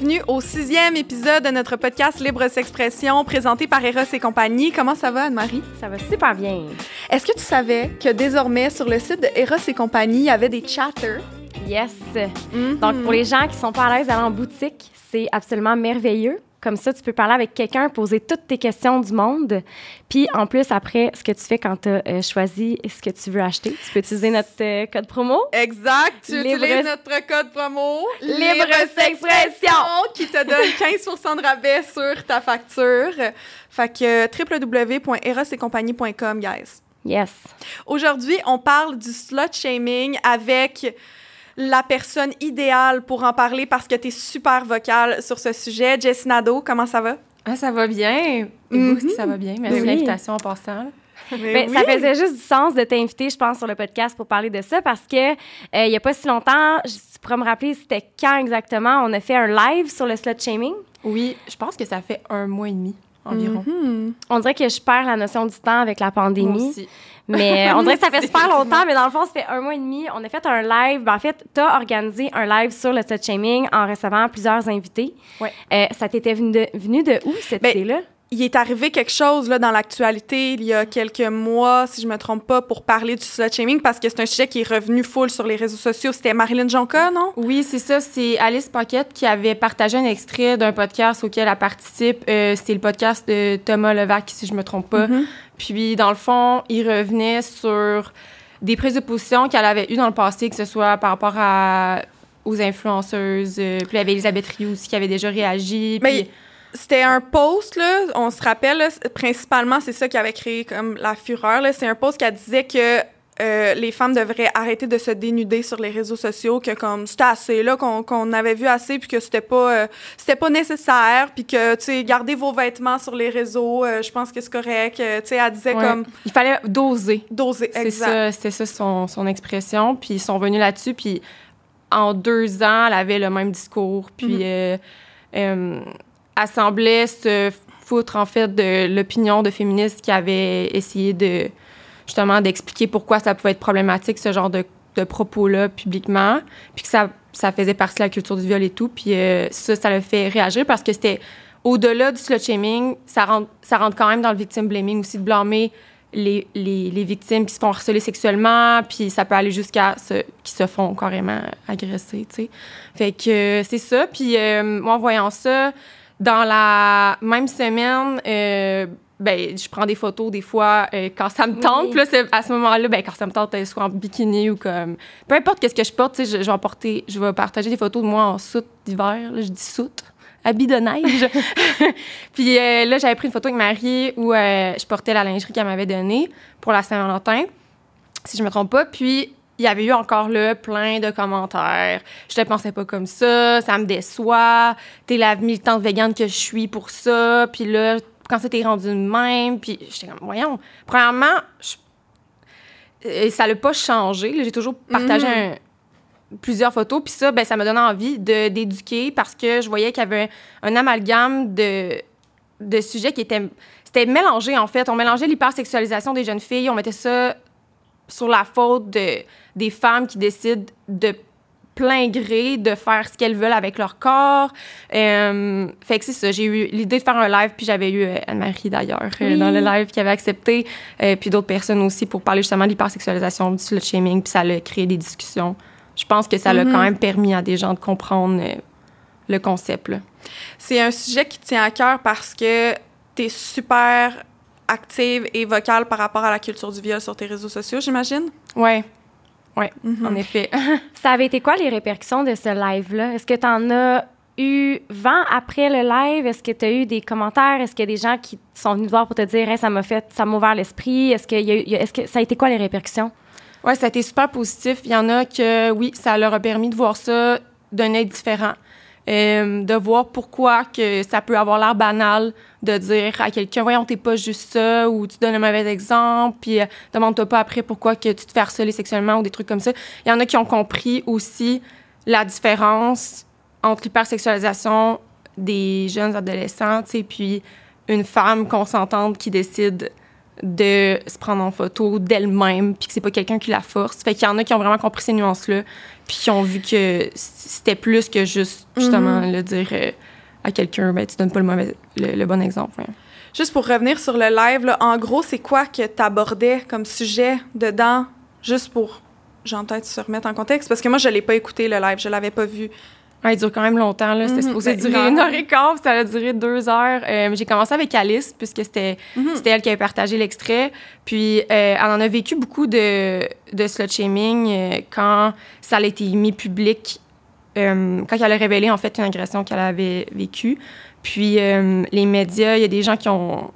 bienvenue au 6e épisode de notre podcast Libre S'expression présenté par Eros et compagnie. Comment ça va, Anne-Marie? Ça va super bien. Est-ce que tu savais que désormais, sur le site de Eros et compagnie, il y avait des chatters? Yes! Donc, pour les gens qui sont pas à l'aise d'aller en boutique, c'est absolument merveilleux. Comme ça, tu peux parler avec quelqu'un, poser toutes tes questions du monde. Puis, en plus, après, ce que tu fais quand tu as choisi ce que tu veux acheter, tu peux utiliser notre code promo. Exact! Tu utilises notre code promo Libre S'expression qui te donne 15% de rabais sur ta facture. Fait que www.erosetcompagnie.com, guys. Yes. Aujourd'hui, on parle du slut-shaming avec la personne idéale pour en parler parce que tu es super vocale sur ce sujet. Jessie Nadeau, comment ça va? Ah, ça va bien. Et vous, est-ce que ça va bien? Merci de l'invitation en passant. Ça faisait juste du sens de t'inviter, je pense, sur le podcast pour parler de ça parce que il n'y a pas si longtemps, tu pourras me rappeler c'était quand exactement, on a fait un live sur le slut-shaming? Oui, je pense que ça fait 1 mois et demi environ. On dirait que je perds la notion du temps avec la pandémie. Moi aussi. Mais on dirait que ça fait super longtemps, mais dans le fond, ça fait 1 mois et demi. On a fait un live. En fait, tu as organisé un live sur le slut-shaming en recevant plusieurs invités. Ouais. Ça t'était venu de où, cette idée-là? Il est arrivé quelque chose là, dans l'actualité il y a quelques mois, si je me trompe pas, pour parler du slut-shaming, parce que c'est un sujet qui est revenu full sur les réseaux sociaux. C'était Marilyn Jonca, non? Oui, c'est ça. C'est Alice Paquette qui avait partagé un extrait d'un podcast auquel elle participe. C'est le podcast de Thomas Levac, si je me trompe pas. Puis, dans le fond, il revenait sur des prises de position qu'elle avait eues dans le passé, que ce soit par rapport aux influenceuses. Puis, il y avait Elisabeth Rioux aussi qui avait déjà réagi. Mais c'était un post, là, on se rappelle, là, principalement, c'est ça qui avait créé comme la fureur. Là. C'est un post qui disait que les femmes devraient arrêter de se dénuder sur les réseaux sociaux, que comme c'était assez, là, qu'on avait vu assez, puis que c'était pas nécessaire, puis que, tu sais, gardez vos vêtements sur les réseaux, je pense que c'est correct. Tu sais, elle disait comme... Il fallait doser. Doser, exact. C'était ça son expression, puis ils sont venus là-dessus, puis en 2 ans, elle avait le même discours, puis... elle semblait se foutre, en fait, de l'opinion de féministes qui avaient essayé justement d'expliquer pourquoi ça pouvait être problématique, ce genre de propos-là, publiquement, puis que ça faisait partie de la culture du viol et tout, puis ça l'a fait réagir parce que c'était au-delà du slut-shaming, ça rentre quand même dans le victim blaming aussi, de blâmer les victimes qui se font harceler sexuellement, puis ça peut aller jusqu'à qui se font carrément agresser, tu sais. Fait que c'est ça, puis moi, en voyant ça, dans la même semaine, je prends des photos des fois quand ça me tente. Puis là, c'est à ce moment-là, quand ça me tente, soit en bikini ou comme... Peu importe qu'est-ce que je porte, tu sais, je vais partager des photos de moi en soute d'hiver. Là, je dis soute, habit de neige. Puis là, j'avais pris une photo avec Marie où je portais la lingerie qu'elle m'avait donnée pour la Saint-Valentin, si je me trompe pas. Puis il y avait eu encore là plein de commentaires. Je te pensais pas comme ça me déçoit, t'es la militante végane que je suis pour ça, puis là, quand ça t'est rendu de même, puis j'étais comme, voyons, premièrement, ça l'a pas changé, là, j'ai toujours partagé plusieurs photos, puis ça, ça m'a donné envie d'éduquer parce que je voyais qu'il y avait un amalgame de sujets c'était mélangé, en fait. On mélangeait l'hypersexualisation des jeunes filles, on mettait ça sur la faute des femmes qui décident de plein gré de faire ce qu'elles veulent avec leur corps. Fait que c'est ça, j'ai eu l'idée de faire un live, puis j'avais eu Anne-Marie, d'ailleurs, dans le live, qui avait accepté, puis d'autres personnes aussi pour parler justement de l'hypersexualisation, du slut-shaming, puis ça a créé des discussions. Je pense que ça l'a quand même permis à des gens de comprendre le concept, là. C'est un sujet qui tient à cœur parce que t'es super active et vocale par rapport à la culture du viol sur tes réseaux sociaux, j'imagine? Oui, en effet. Ça avait été quoi les répercussions de ce live-là? Est-ce que tu en as eu vent après le live? Est-ce que tu as eu des commentaires? Est-ce qu'il y a des gens qui sont venus te voir pour te dire hey, ça m'a ouvert l'esprit? Est-ce que ça a été quoi les répercussions? Oui, ça a été super positif. Il y en a que, oui, ça leur a permis de voir ça d'un œil différent. De voir pourquoi que ça peut avoir l'air banal de dire à quelqu'un « Voyons, t'es pas juste ça » ou « Tu donnes un mauvais exemple » puis « Demande-toi pas après pourquoi que tu te fais harceler sexuellement » ou des trucs comme ça. Il y en a qui ont compris aussi la différence entre l'hypersexualisation des jeunes adolescents, tu sais, puis une femme consentante qui décide de se prendre en photo d'elle-même, puis que c'est pas quelqu'un qui la force. Fait qu'il y en a qui ont vraiment compris ces nuances-là, puis qui ont vu que c'était plus que juste, justement, le dire à quelqu'un, ben tu donnes pas le bon exemple. Ouais. Juste pour revenir sur le live, là, en gros, c'est quoi que t'abordais comme sujet dedans, juste pour, genre, peut-être se remettre en contexte? Parce que moi, je l'ai pas écouté, le live, je l'avais pas vu. Ouais, il dure quand même longtemps, là. C'était supposé durer 1h15, puis ça a duré 2 heures. J'ai commencé avec Alice, puisque c'était elle qui avait partagé l'extrait. Puis, elle en a vécu beaucoup de slut-shaming quand ça a été mis public, quand elle a révélé, en fait, une agression qu'elle avait vécue. Puis, les médias, il y a des gens qui ont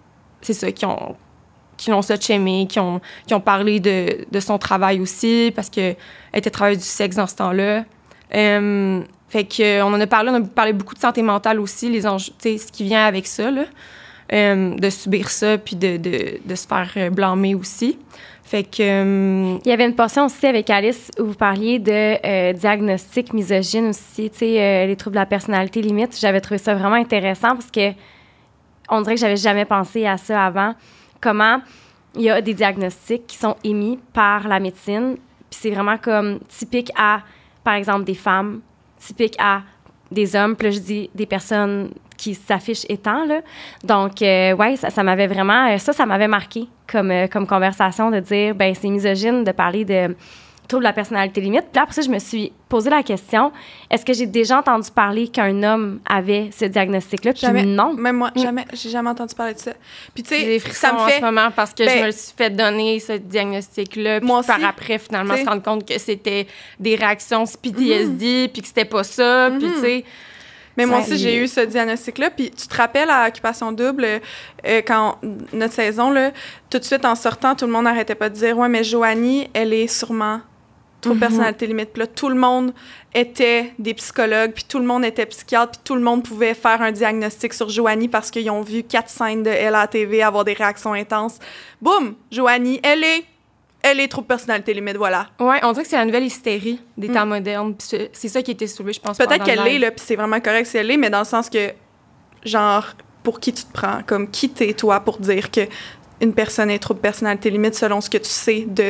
l'ont slut-shamé, qui ont parlé de son travail aussi, parce qu'elle était travailleuse du sexe dans ce temps-là. Fait qu'on en a parlé beaucoup de santé mentale aussi, les enjeux, tu sais, ce qui vient avec ça, là, de subir ça, puis de se faire blâmer aussi. Fait que... Il y avait une portion aussi avec Alice où vous parliez de diagnostic misogyne aussi, tu sais, les troubles de la personnalité limite. J'avais trouvé ça vraiment intéressant parce que on dirait que j'avais jamais pensé à ça avant. Comment il y a des diagnostics qui sont émis par la médecine, puis c'est vraiment comme typique à, par exemple, des femmes, typique à des hommes, puis là, je dis des personnes qui s'affichent étant, là. Donc, ouais, ça m'avait vraiment... Ça m'avait marqué comme conversation de dire, ben c'est misogyne de parler de trouble de la personnalité limite. Puis là, après ça, je me suis posé la question, est-ce que j'ai déjà entendu parler qu'un homme avait ce diagnostic-là? Puis jamais, non. Même moi, j'ai jamais entendu parler de ça. Puis tu sais, ça me fait... en ce moment parce que je me suis fait donner ce diagnostic-là, puis par après, finalement, se rendre compte que c'était des réactions PTSD, puis que c'était pas ça, puis tu sais... Mais moi aussi, j'ai eu ce diagnostic-là. Puis tu te rappelles à Occupation Double, quand notre saison, là, tout de suite en sortant, tout le monde n'arrêtait pas de dire « Ouais, mais Joanie, elle est sûrement trop personnalité limite. » Puis là, tout le monde était des psychologues, puis tout le monde était psychiatre, puis tout le monde pouvait faire un diagnostic sur Joanie parce qu'ils ont vu 4 scènes de elle à la TV avoir des réactions intenses. Boum! Joanie, elle est trop personnalité limite, voilà. Ouais, on dirait que c'est la nouvelle hystérie des temps modernes. Puis c'est ça qui a été soulevé, je pense. Peut-être qu'elle l'est, là, puis c'est vraiment correct si elle l'est, mais dans le sens que, genre, pour qui tu te prends? Comme, qui t'es, toi, pour dire que une personne est trop personnalité limite selon ce que tu sais de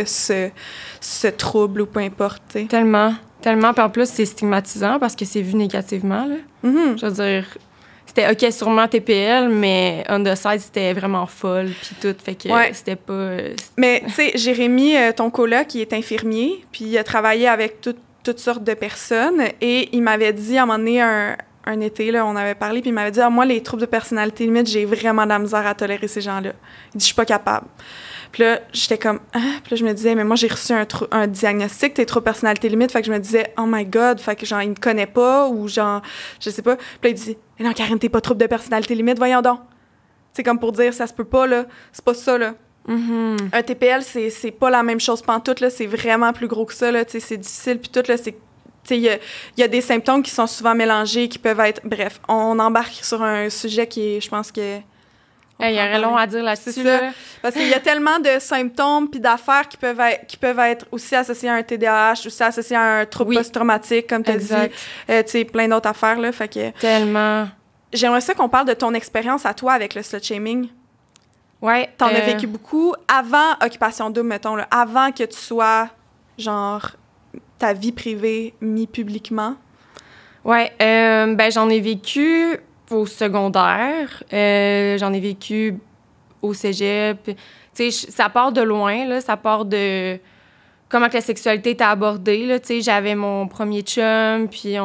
ce trouble ou peu importe, tu sais. Tellement. Puis en plus, c'est stigmatisant parce que c'est vu négativement, là. Je veux dire... C'était OK, sûrement TPL, mais on the side, c'était vraiment folle, puis tout. Fait que c'était pas... Mais, tu sais, Jérémy, ton coloc, qui est infirmier, puis il a travaillé avec toutes sortes de personnes, et il m'avait dit, à un moment donné, un été, là, on avait parlé, puis il m'avait dit, moi, les troubles de personnalité limite, j'ai vraiment de la misère à tolérer ces gens-là. Il dit, je suis pas capable. Puis là, j'étais comme, ah. Puis là, je me disais, mais moi, j'ai reçu un diagnostic, t'es trop personnalité limite. Fait que je me disais, oh my God, fait que genre, il me connaît pas, ou genre, je sais pas. Puis là, il dit, mais non, Karine, t'es pas trouble de personnalité limite, voyons donc. C'est comme pour dire, ça se peut pas, là. C'est pas ça, là. Un TPL, c'est pas la même chose pantoute, là. C'est vraiment plus gros que ça, là. Tu sais, c'est difficile, puis tout, là, c'est... Il y a des symptômes qui sont souvent mélangés, qui peuvent être... Bref, on embarque sur un sujet qui est, je pense que... Il y aurait long à dire là-dessus. Là. Parce qu'il y a tellement de symptômes puis d'affaires qui peuvent être aussi associés à un TDAH, aussi associés à un trouble post-traumatique, comme tu as dit. Tu sais, plein d'autres affaires, là. Fait que... Tellement. J'aimerais ça qu'on parle de ton expérience à toi avec le slut-shaming. Ouais. T'en as vécu beaucoup avant Occupation Double, mettons, là, avant que tu sois, genre, ta vie privée mis publiquement. Ouais. Ben, j'en ai vécu... au secondaire, j'en ai vécu au cégep. Tu sais, ça part de loin, là, ça part de comment que la sexualité était abordée, là, tu sais, j'avais mon premier chum, puis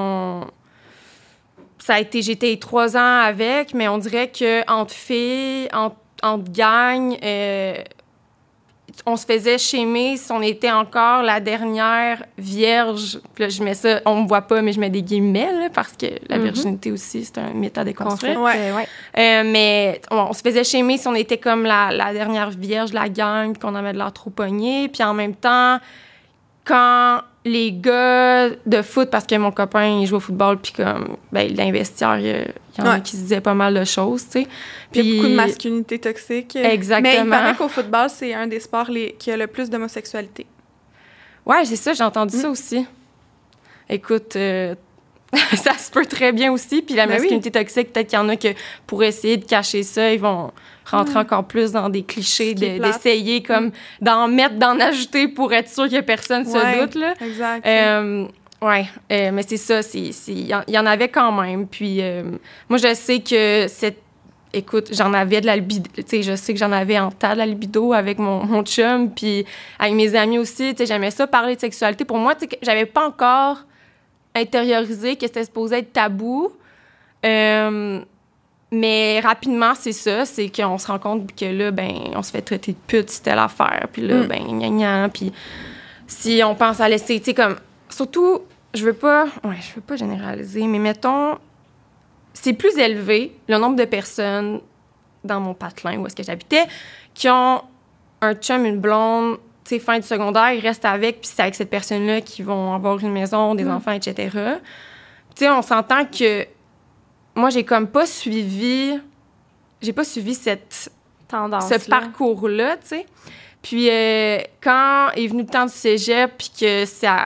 j'étais 3 ans avec, mais on dirait que entre filles, entre gangs, on se faisait shamer si on était encore la dernière vierge. Puis là, je mets ça, on me voit pas, mais je mets des guillemets, là, parce que la virginité aussi, c'est un mythe à déconstruire. Mais on se faisait shamer si on était comme la dernière vierge de la gang, puis qu'on avait de l'air trop pogné. Puis en même temps, quand les gars de foot, parce que mon copain, il joue au football, puis comme, ben, l'investiaire, il y en a qui se disaient pas mal de choses, tu sais. Puis il y a beaucoup de masculinité toxique. Exactement. Mais il paraît qu'au football, c'est un des sports qui a le plus d'homosexualité. Ouais, c'est ça, j'ai entendu ça aussi. Écoute, Ça se peut très bien aussi. Puis la masculinité toxique, peut-être qu'il y en a que pour essayer de cacher ça, ils vont rentrer encore plus dans des clichés, d'essayer comme d'en ajouter pour être sûr que personne se doute. Là. Exact. Mais c'est ça, il y en avait quand même. Puis moi, je sais que écoute, j'en avais de la libido, tu sais, je sais que j'en avais en tas de la libido avec mon chum, puis avec mes amis aussi, tu sais, j'aimais ça, parler de sexualité. Pour moi, tu sais, j'avais pas encore intériorisé que c'était supposé être tabou. Mais rapidement, c'est ça, c'est qu'on se rend compte que là, ben, on se fait traiter de pute, c'était l'affaire. Puis là, ben, gna. Puis si on pense à laisser, tu sais, comme... Surtout, je veux pas généraliser, mais mettons... C'est plus élevé, le nombre de personnes dans mon patelin où est-ce que j'habitais qui ont un chum, une blonde, tu sais, fin du secondaire, ils restent avec, puis c'est avec cette personne-là qu'ils vont avoir une maison, des enfants, etc. Tu sais, on s'entend que moi, j'ai comme pas suivi cette tendance, ce parcours-là, tu sais. Puis quand est venu le temps du cégep, puis que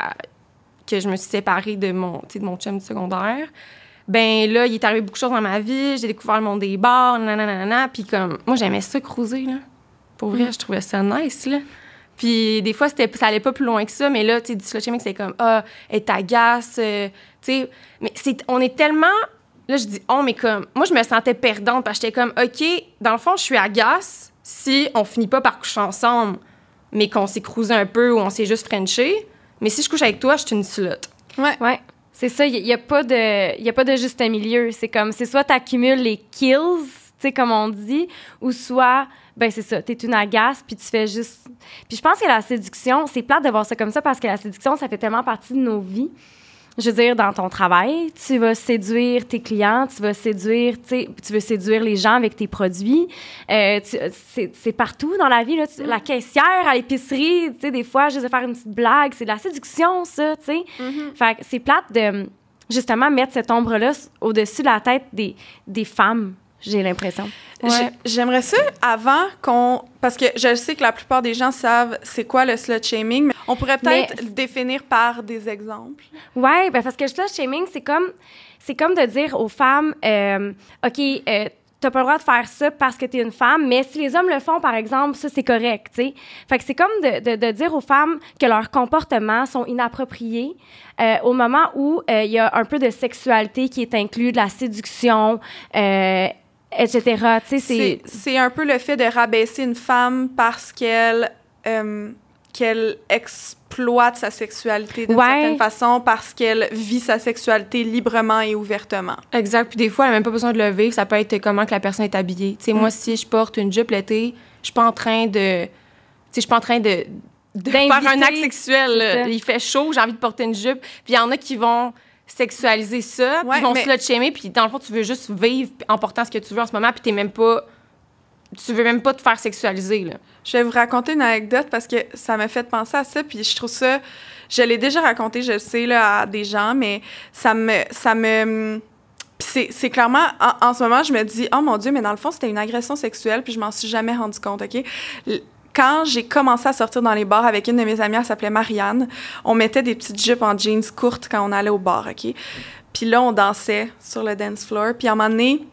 je me suis séparée de mon chum du secondaire, ben là, il est arrivé beaucoup de choses dans ma vie. J'ai découvert le monde des bars, nanana. Puis comme, moi, j'aimais ça, cruiser, là. Pour vrai, je trouvais ça nice, là. Puis des fois, ça allait pas plus loin que ça. Mais là, tu sais, du slut-shaming, c'est comme, elle t'agace, tu sais. Mais on est tellement... Là, je dis, mais comme... Moi, je me sentais perdante parce que j'étais comme, OK, dans le fond, je suis agace si on finit pas par coucher ensemble, mais qu'on s'est cruisé un peu ou on s'est juste frenché. Mais si je couche avec toi, je suis une slut. Ouais. C'est ça, il y a pas de juste milieu. C'est comme, c'est soit t'accumules les kills, tu sais, comme on dit, ou soit, ben c'est ça, t'es une agace, puis tu fais juste... Puis je pense que la séduction, c'est plate de voir ça comme ça, parce que la séduction, ça fait tellement partie de nos vies. Je veux dire, dans ton travail, tu vas séduire tes clients, tu veux séduire les gens avec tes produits. C'est partout dans la vie. Là, la caissière à l'épicerie, tu sais, des fois, juste de faire une petite blague, c'est de la séduction, ça, tu sais. Fait que c'est plate de, justement, mettre cette ombre-là au-dessus de la tête des femmes, j'ai l'impression. Ouais. J'aimerais ça avant parce que je sais que la plupart des gens savent c'est quoi le slut-shaming, mais on pourrait peut-être le définir par des exemples. Oui, ben parce que le slut-shaming, c'est comme de dire aux femmes, OK, t'as pas le droit de faire ça parce que t'es une femme, mais si les hommes le font, par exemple, ça, c'est correct, tu sais. Fait que c'est comme de dire aux femmes que leurs comportements sont inappropriés au moment où il y a un peu de sexualité qui est inclus, de la séduction, etc. C'est un peu le fait de rabaisser une femme parce qu'elle exploite sa sexualité d'une certaine façon, parce qu'elle vit sa sexualité librement et ouvertement. Exact. Puis des fois, elle n'a même pas besoin de le vivre. Ça peut être comment que la personne est habillée. Tu sais, moi, si je porte une jupe l'été, je suis pas en train de... Tu sais, je suis pas en train de faire un acte sexuel. Il fait chaud, j'ai envie de porter une jupe. Puis il y en a qui vont sexualiser ça, puis ils vont slut-shamer, puis dans le fond, tu veux juste vivre en portant ce que tu veux en ce moment, puis tu veux même pas te faire sexualiser, là. Je vais vous raconter une anecdote parce que ça m'a fait penser à ça, puis je trouve ça... Je l'ai déjà raconté, je le sais, là, à des gens, mais ça me puis c'est clairement... En ce moment, je me dis, oh mon Dieu, mais dans le fond, c'était une agression sexuelle, puis je m'en suis jamais rendu compte, OK? Quand j'ai commencé à sortir dans les bars avec une de mes amies, elle s'appelait Marianne, on mettait des petites jupes en jeans courtes quand on allait au bar, OK? Puis là, on dansait sur le dance floor. Puis à un moment donné,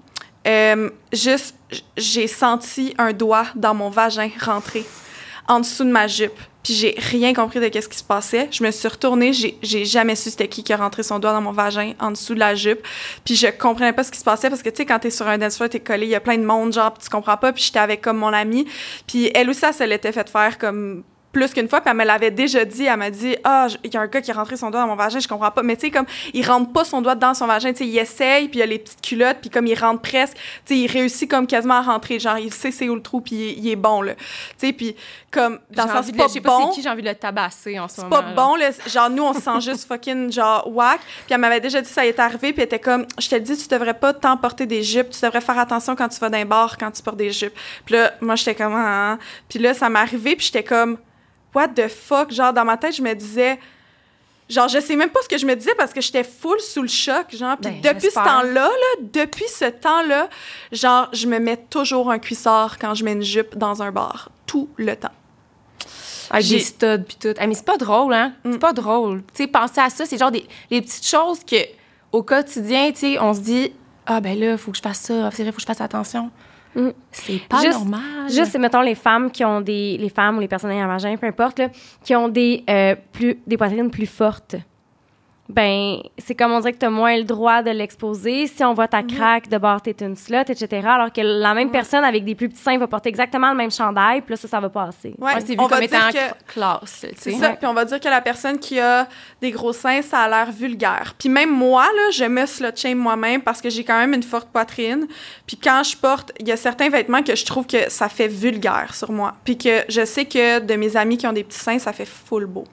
j'ai senti un doigt dans mon vagin rentrer en dessous de ma jupe. Puis j'ai rien compris de ce qui se passait. Je me suis retournée, j'ai jamais su c'était qui a rentré son doigt dans mon vagin en dessous de la jupe. Puis je comprenais pas ce qui se passait parce que, tu sais, quand t'es sur un dance floor, t'es collé, il y a plein de monde, genre, puis tu comprends pas. Puis j'étais avec comme mon amie. Puis elle aussi, elle se l'était fait faire comme plus qu'une fois, puis elle me l'avait déjà dit. Elle m'a dit « Ah, il y a un gars qui a rentré son doigt dans mon vagin, je comprends pas. » Mais tu sais, comme, il rentre pas son doigt dans son vagin, tu sais, il essaye, puis il a les petites culottes, puis comme il rentre presque, tu sais, il réussit comme quasiment à rentrer, genre, il sait c'est où le trou, puis il est bon, là. Tu sais, puis comme, dans le sens, c'est pas bon. Je sais pas c'est qui, j'ai envie de le tabasser en ce moment. C'est pas bon, là. Genre, nous, on se sent juste fucking, genre, whack. Puis elle m'avait déjà dit ça, il est arrivé, puis elle était comme, je te dis, tu devrais pas t'emporter des jupes, tu devrais faire attention quand tu vas dans un bar, quand tu portes des jupes. Puis là, moi, j'étais comme, ah. Puis là, ça m'est arrivé, puis j'étais comme, what the fuck? Genre, dans ma tête, je me disais... Genre, je sais même pas ce que je me disais parce que j'étais full sous le choc, genre. Puis depuis ce temps-là, genre, je me mets toujours un cuissard quand je mets une jupe dans un bar. Tout le temps. Avec des studs puis tout. Ah, mais c'est pas drôle, hein? C'est pas drôle. Tu sais, penser à ça, c'est genre les petites choses que... au quotidien, tu sais, on se dit, ah, ben là, il faut que je fasse ça. C'est vrai, il faut que je fasse attention. C'est pas normal. Juste, mettons, les femmes qui ont les femmes ou les personnes ayant un vagin, peu importe, là, qui ont des poitrines plus fortes. Ben, c'est comme on dirait que tu as moins le droit de l'exposer. Si on voit ta craque, de bord, t'es une slot, etc. Alors que la même personne avec des plus petits seins va porter exactement le même chandail, puis là, ça va passer. Ouais, c'est vu comme étant classe. C'est ça. Puis on va dire que la personne qui a des gros seins, ça a l'air vulgaire. Puis même moi, là, je me slut-shame moi-même parce que j'ai quand même une forte poitrine. Puis quand je porte, il y a certains vêtements que je trouve que ça fait vulgaire sur moi. Puis que je sais que de mes amis qui ont des petits seins, ça fait full beau.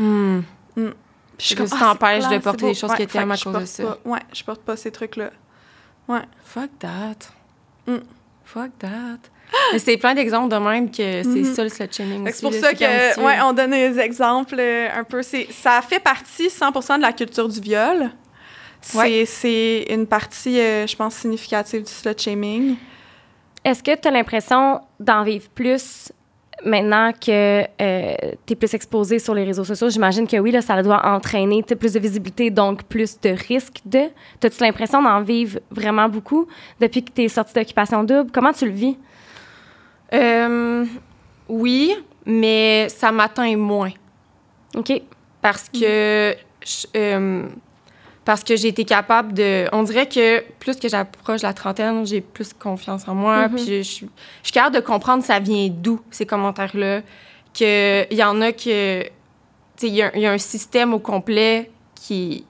Je t'empêche de porter des choses que t'aimes à cause de ça. Je porte pas ces trucs-là. Ouais. Fuck that. Fuck that. Mais c'est plein d'exemples de même que c'est ça le slut-shaming aussi. C'est pour ça que, on donne des exemples un peu. Ça fait partie 100% de la culture du viol. C'est une partie, je pense, significative du slut-shaming. Est-ce que tu as l'impression d'en vivre plus maintenant que tu es plus exposée sur les réseaux sociaux? J'imagine que oui, là, ça doit entraîner plus de visibilité, donc plus de risques de. T'as-tu l'impression d'en vivre vraiment beaucoup depuis que tu es sortie d'Occupation Double? Comment tu le vis? Oui, mais ça m'atteint moins. OK. Parce que j'ai été capable de... On dirait que plus que j'approche de la trentaine, j'ai plus confiance en moi. Puis je suis capable de comprendre ça vient d'où, ces commentaires-là. Qu'il y en a que... Tu sais, il y a un système au complet qui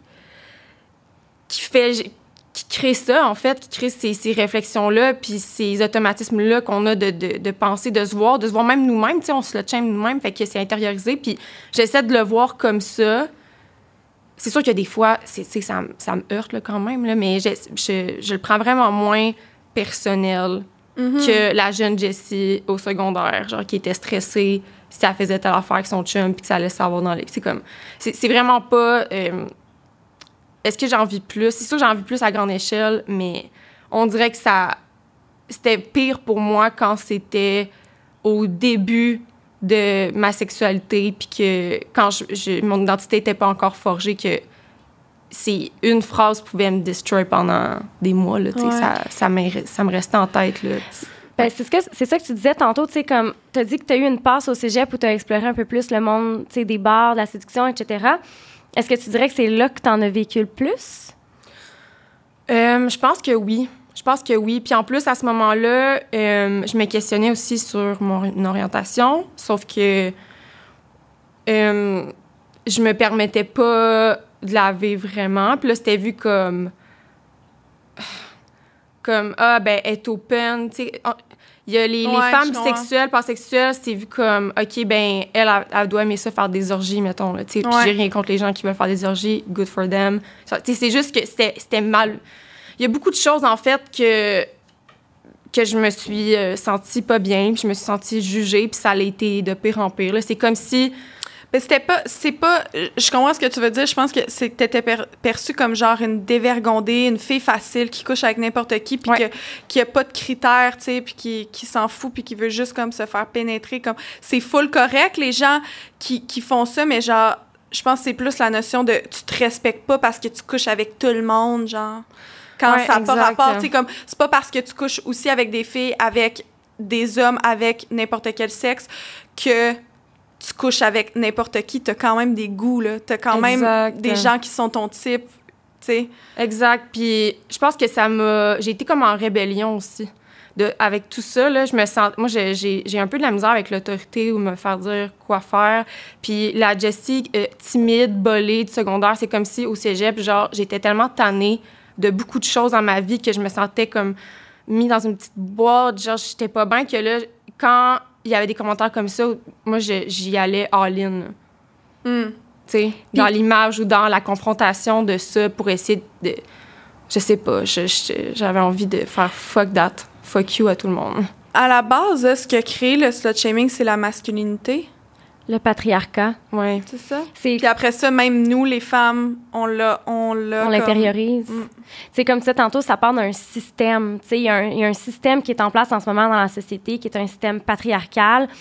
crée ça, en fait, qui crée ces réflexions-là, puis ces automatismes-là qu'on a de penser, de se voir même nous-mêmes. Tu sais, on se le tient nous-mêmes, fait que c'est intériorisé. Puis j'essaie de le voir comme ça. C'est sûr que des fois, ça me heurte là, quand même, là, mais je le prends vraiment moins personnel que la jeune Jessie au secondaire, genre qui était stressée si elle faisait telle affaire avec son chum puis que ça allait savoir dans les... C'est vraiment pas... Est-ce que j'en vis plus? C'est sûr que j'en vis plus à grande échelle, mais on dirait que c'était pire pour moi quand c'était au début de ma sexualité, puis que quand mon identité n'était pas encore forgée, que c'est une phrase pouvait me destroy pendant des mois, là, ça me restait en tête, là. Ben, c'est ça que tu disais tantôt, tu sais, comme tu as dit que tu as eu une passe au cégep où tu as exploré un peu plus le monde, tu sais, des bars, de la séduction, etc. Est-ce que tu dirais que c'est là que tu en as vécu le plus? Je pense que oui. Puis en plus, à ce moment-là, je me questionnais aussi sur mon orientation, sauf que je me permettais pas de la vivre vraiment. Puis là, c'était vu comme ah, ben, elle est open, tu sais. Il y a les femmes sexuelles, pansexuelles, c'est vu comme, OK, ben, elle doit aimer ça faire des orgies, mettons, là, tu sais. Puis j'ai rien contre les gens qui veulent faire des orgies, good for them. Tu sais, c'est juste que c'était mal. Il y a beaucoup de choses, en fait, que je me suis sentie pas bien, puis je me suis sentie jugée, puis ça a été de pire en pire, là. C'est comme si... Mais c'est pas... Je comprends ce que tu veux dire. Je pense que t'étais perçue comme genre une dévergondée, une fille facile qui couche avec n'importe qui, puis qui a pas de critères, tu sais, puis qui s'en fout, puis qui veut juste comme se faire pénétrer. Comme c'est full correct, les gens qui font ça, mais genre, je pense que c'est plus la notion de tu te respectes pas parce que tu couches avec tout le monde, genre. Quand ça n'a pas rapport, tu sais, comme c'est pas parce que tu couches aussi avec des filles, avec des hommes, avec n'importe quel sexe, que tu couches avec n'importe qui, t'as quand même des goûts, là. T'as quand même des gens qui sont ton type, tu sais. Exact. Puis je pense que j'ai été comme en rébellion aussi. Avec tout ça, là, je me sens... Moi, j'ai un peu de la misère avec l'autorité ou me faire dire quoi faire. Puis la Jessie, timide, bolée, du secondaire, c'est comme si au cégep, genre, j'étais tellement tannée de beaucoup de choses dans ma vie que je me sentais comme mis dans une petite boîte. Genre, j'étais pas bien que là, quand il y avait des commentaires comme ça, moi, j'y allais all-in. Tu sais, dans l'image ou dans la confrontation de ça pour essayer de... Je sais pas, j'avais envie de faire fuck that, fuck you à tout le monde. À la base, ce qui a créé le slut-shaming, c'est la masculinité. Le patriarcat. Oui. C'est ça? Puis après ça, même nous, les femmes, on l'intériorise. C'est comme ça, tantôt, ça part d'un système. Tu sais, il y a un système qui est en place en ce moment dans la société, qui est un système patriarcal,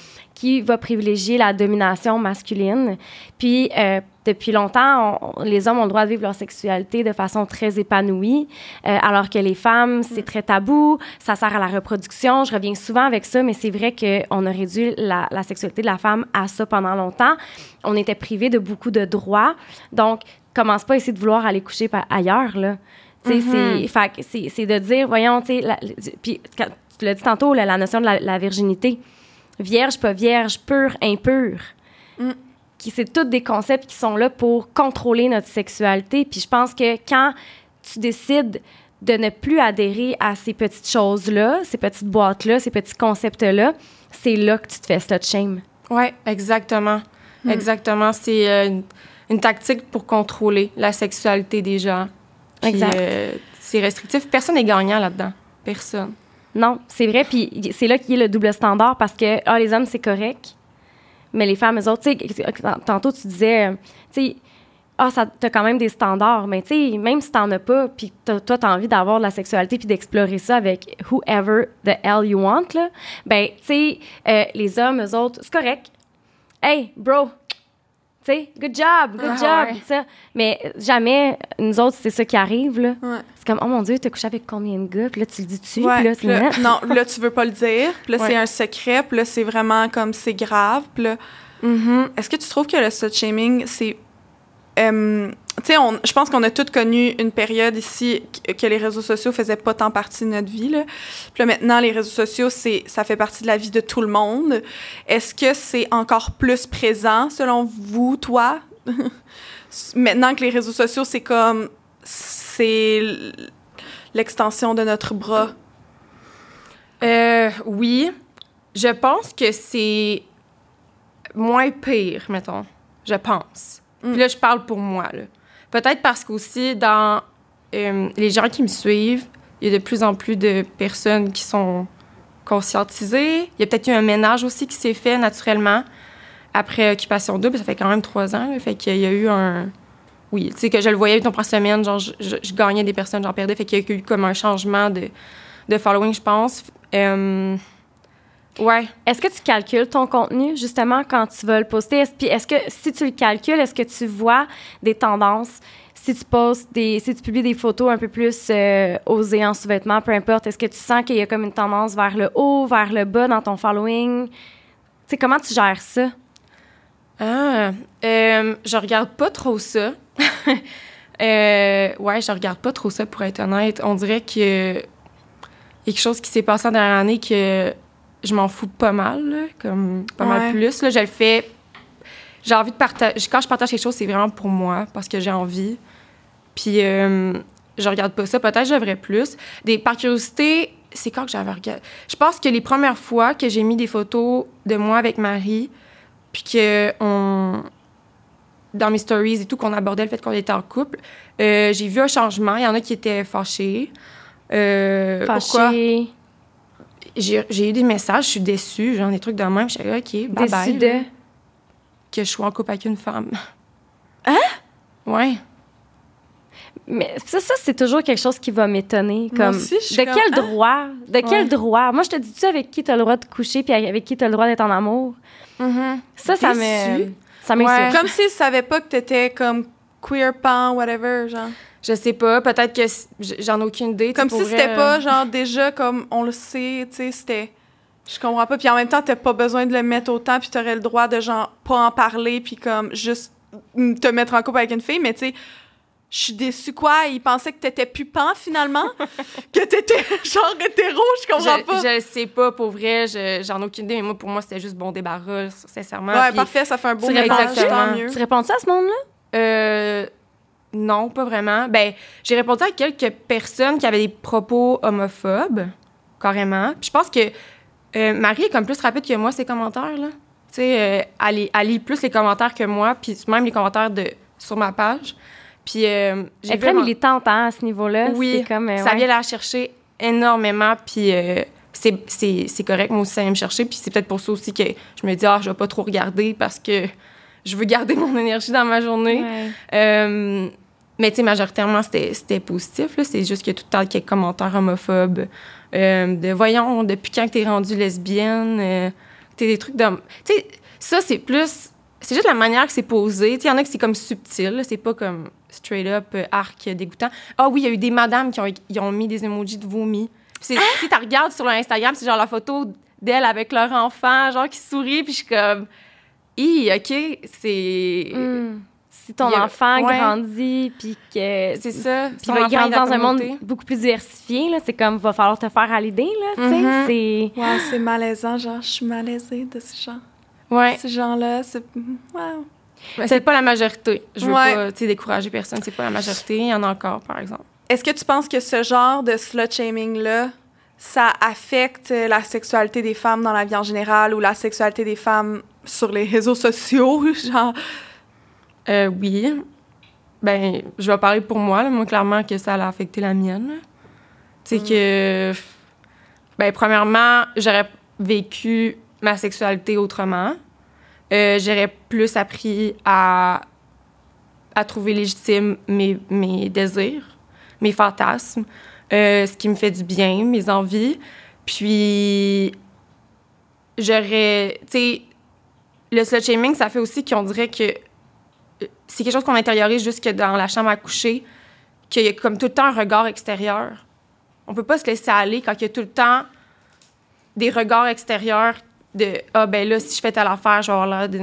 qui va privilégier la domination masculine. Puis, depuis longtemps, les hommes ont le droit de vivre leur sexualité de façon très épanouie, alors que les femmes, c'est très tabou, ça sert à la reproduction. Je reviens souvent avec ça, mais c'est vrai qu'on a réduit la sexualité de la femme à ça pendant longtemps. On était privés de beaucoup de droits. Donc, commence pas à essayer de vouloir aller coucher ailleurs, là. Tu sais, c'est de dire, voyons, tu sais, puis tu l'as dit tantôt, la notion de la virginité. Vierge, pas vierge, pur, impur. C'est tous des concepts qui sont là pour contrôler notre sexualité. Puis je pense que quand tu décides de ne plus adhérer à ces petites choses-là, ces petites boîtes-là, ces petits concepts-là, c'est là que tu te fais slut shame. Oui, exactement. Exactement. C'est une tactique pour contrôler la sexualité des gens. Puis, exact. C'est restrictif. Personne n'est gagnant là-dedans. Personne. Non, c'est vrai. Puis c'est là qu'il y a le double standard parce que les hommes, c'est correct. Mais les femmes, eux autres, tu sais, tantôt, tu disais, tu sais, t'as quand même des standards. Mais, tu sais, même si t'en as pas, puis toi, t'as envie d'avoir de la sexualité puis d'explorer ça avec whoever the hell you want, là, ben, tu sais, les hommes, eux autres, c'est correct. Hey, bro, tu sais, good job, Ouais. ça. Mais jamais, nous autres, c'est ça qui arrive, là. Ouais. C'est comme, oh mon Dieu, t'as couché avec combien de gars? Puis là, tu le dis-tu? Ouais, Puis là, puis là, non, là, tu veux pas le dire. Puis là, Ouais. c'est un secret. Puis là, c'est vraiment comme, c'est grave. Puis là, est-ce que tu trouves que le slut-shaming, c'est... tu sais, je pense qu'on a toutes connu une période ici que les réseaux sociaux faisaient pas tant partie de notre vie, là. Puis là, maintenant, les réseaux sociaux, ça fait partie de la vie de tout le monde. Est-ce que c'est encore plus présent, selon vous, toi? Maintenant que les réseaux sociaux, c'est comme... C'est l'extension de notre bras. Oui. Je pense que c'est moins pire, mettons. Je pense. Puis là, je parle pour moi, là. Peut-être parce qu'aussi, dans les gens qui me suivent, il y a de plus en plus de personnes qui sont conscientisées. Il y a peut-être eu un ménage aussi qui s'est fait naturellement après Occupation Double. Ça fait quand même 3 ans, là. Fait qu'il y a eu un... Oui, tu sais, que je le voyais par semaine, genre, je gagnais des personnes, j'en perdais. Fait qu'il y a eu comme un changement de following, je pense. Ouais. Est-ce que tu calcules ton contenu, justement, quand tu vas le poster? Puis est-ce que, si tu le calcules, est-ce que tu vois des tendances? Si tu publies des photos un peu plus osées en sous-vêtements, peu importe, est-ce que tu sens qu'il y a comme une tendance vers le haut, vers le bas dans ton following? Tu sais, comment tu gères ça? Je regarde pas trop ça. Ouais, je regarde pas trop ça, pour être honnête. On dirait que quelque chose qui s'est passé en dernière année que je m'en fous pas mal, là, comme pas mal plus. Là, je le fais... J'ai envie de partager... Quand je partage quelque chose, c'est vraiment pour moi, parce que j'ai envie. Puis, je regarde pas ça. Peut-être je devrais plus. Par curiosité, c'est quand que j'avais regardé... Je pense que les premières fois que j'ai mis des photos de moi avec Marie, puis dans mes stories et tout, qu'on abordait le fait qu'on était en couple, j'ai vu un changement. Il y en a qui étaient fâchés. Pourquoi? J'ai eu des messages, je suis déçue, genre des trucs de même. Je suis OK, bye-bye. Déçue de... Que je sois en couple avec une femme. Hein? Ouais. Mais ça, c'est toujours quelque chose qui va m'étonner. Moi Comme, aussi, je suis de comme, quel droit? De quel droit? Moi, je te dis-tu avec qui tu as le droit de coucher puis avec qui tu as le droit d'être en amour? Ça m'insulte. Ouais. Comme s'ils savaient pas que t'étais comme queer pan, whatever, genre. Je sais pas, peut-être que j'en ai aucune idée. Comme si c'était pas, genre, déjà, comme on le sait, tu sais, c'était... Je comprends pas. Puis en même temps, t'as pas besoin de le mettre autant, puis t'aurais le droit de, genre, pas en parler, puis comme, juste te mettre en couple avec une fille, mais tu sais, je suis déçue, quoi? Ils pensaient que t'étais pupant, finalement? Que t'étais, genre, hétéro, je comprends pas. Je sais pas, pour vrai, j'en ai aucune idée, mais moi, pour moi, c'était juste bon débarras, sincèrement. Ouais, puis, parfait, ça fait un beau tu mélange, exactement. tant mieux. Tu réponds-tu à ce monde-là? Non, pas vraiment. Ben, j'ai répondu à quelques personnes qui avaient des propos homophobes, carrément. Puis je pense que Marie est comme plus rapide que moi, ses commentaires, là. Tu sais, elle lit plus les commentaires que moi, puis même les commentaires sur ma page. Puis j'ai Elle est très militante, hein, à ce niveau-là. Oui, c'est comme, ça vient la chercher énormément, puis c'est correct, moi aussi, ça vient me chercher. Puis c'est peut-être pour ça aussi que je me dis, je vais pas trop regarder parce que je veux garder mon énergie dans ma journée. Ouais. Mais tu sais, majoritairement, c'était positif, là. C'est juste qu'il y a tout le temps quelques commentaires homophobes. Voyons, depuis quand t'es rendue lesbienne, t'es des trucs de... Tu sais, ça, c'est plus... C'est juste la manière que c'est posé. Tu sais, il y en a que c'est comme subtil, là, c'est pas comme straight up, arc dégoûtant. Ah oui, il y a eu des madames qui ont mis des emojis de vomi. Puis si tu regardes sur leur Instagram, c'est genre la photo d'elles avec leur enfant, genre qui sourit, puis je suis comme... OK, c'est... Si ton enfant grandit, puis que... C'est ça. Puis il va grandir dans un monde beaucoup plus diversifié, là. C'est comme, va falloir te faire à l'idée, là, tu sais. C'est... Wow, c'est malaisant, genre, je suis malaisée de ce genre. Ouais. Ces gens-là, c'est... Wow. Mais c'est pas la majorité. Je veux pas, tu sais, décourager personne. C'est pas la majorité. Il y en a encore, par exemple. Est-ce que tu penses que ce genre de slut-shaming-là, ça affecte la sexualité des femmes dans la vie en général ou la sexualité des femmes sur les réseaux sociaux, genre? Oui. Ben, je vais parler pour moi, là. Moi, clairement, que ça a affecté la mienne. Tu sais que... Ben, premièrement, j'aurais vécu ma sexualité autrement. J'aurais plus appris à trouver légitime mes désirs, mes fantasmes, ce qui me fait du bien, mes envies. Puis, j'aurais... Tu sais, le slut-shaming, ça fait aussi qu'on dirait que c'est quelque chose qu'on intériorise jusque dans la chambre à coucher, qu'il y a comme tout le temps un regard extérieur. On peut pas se laisser aller quand il y a tout le temps des regards extérieurs de « Ah, ben là, si je fais telle affaire, je vais avoir l'air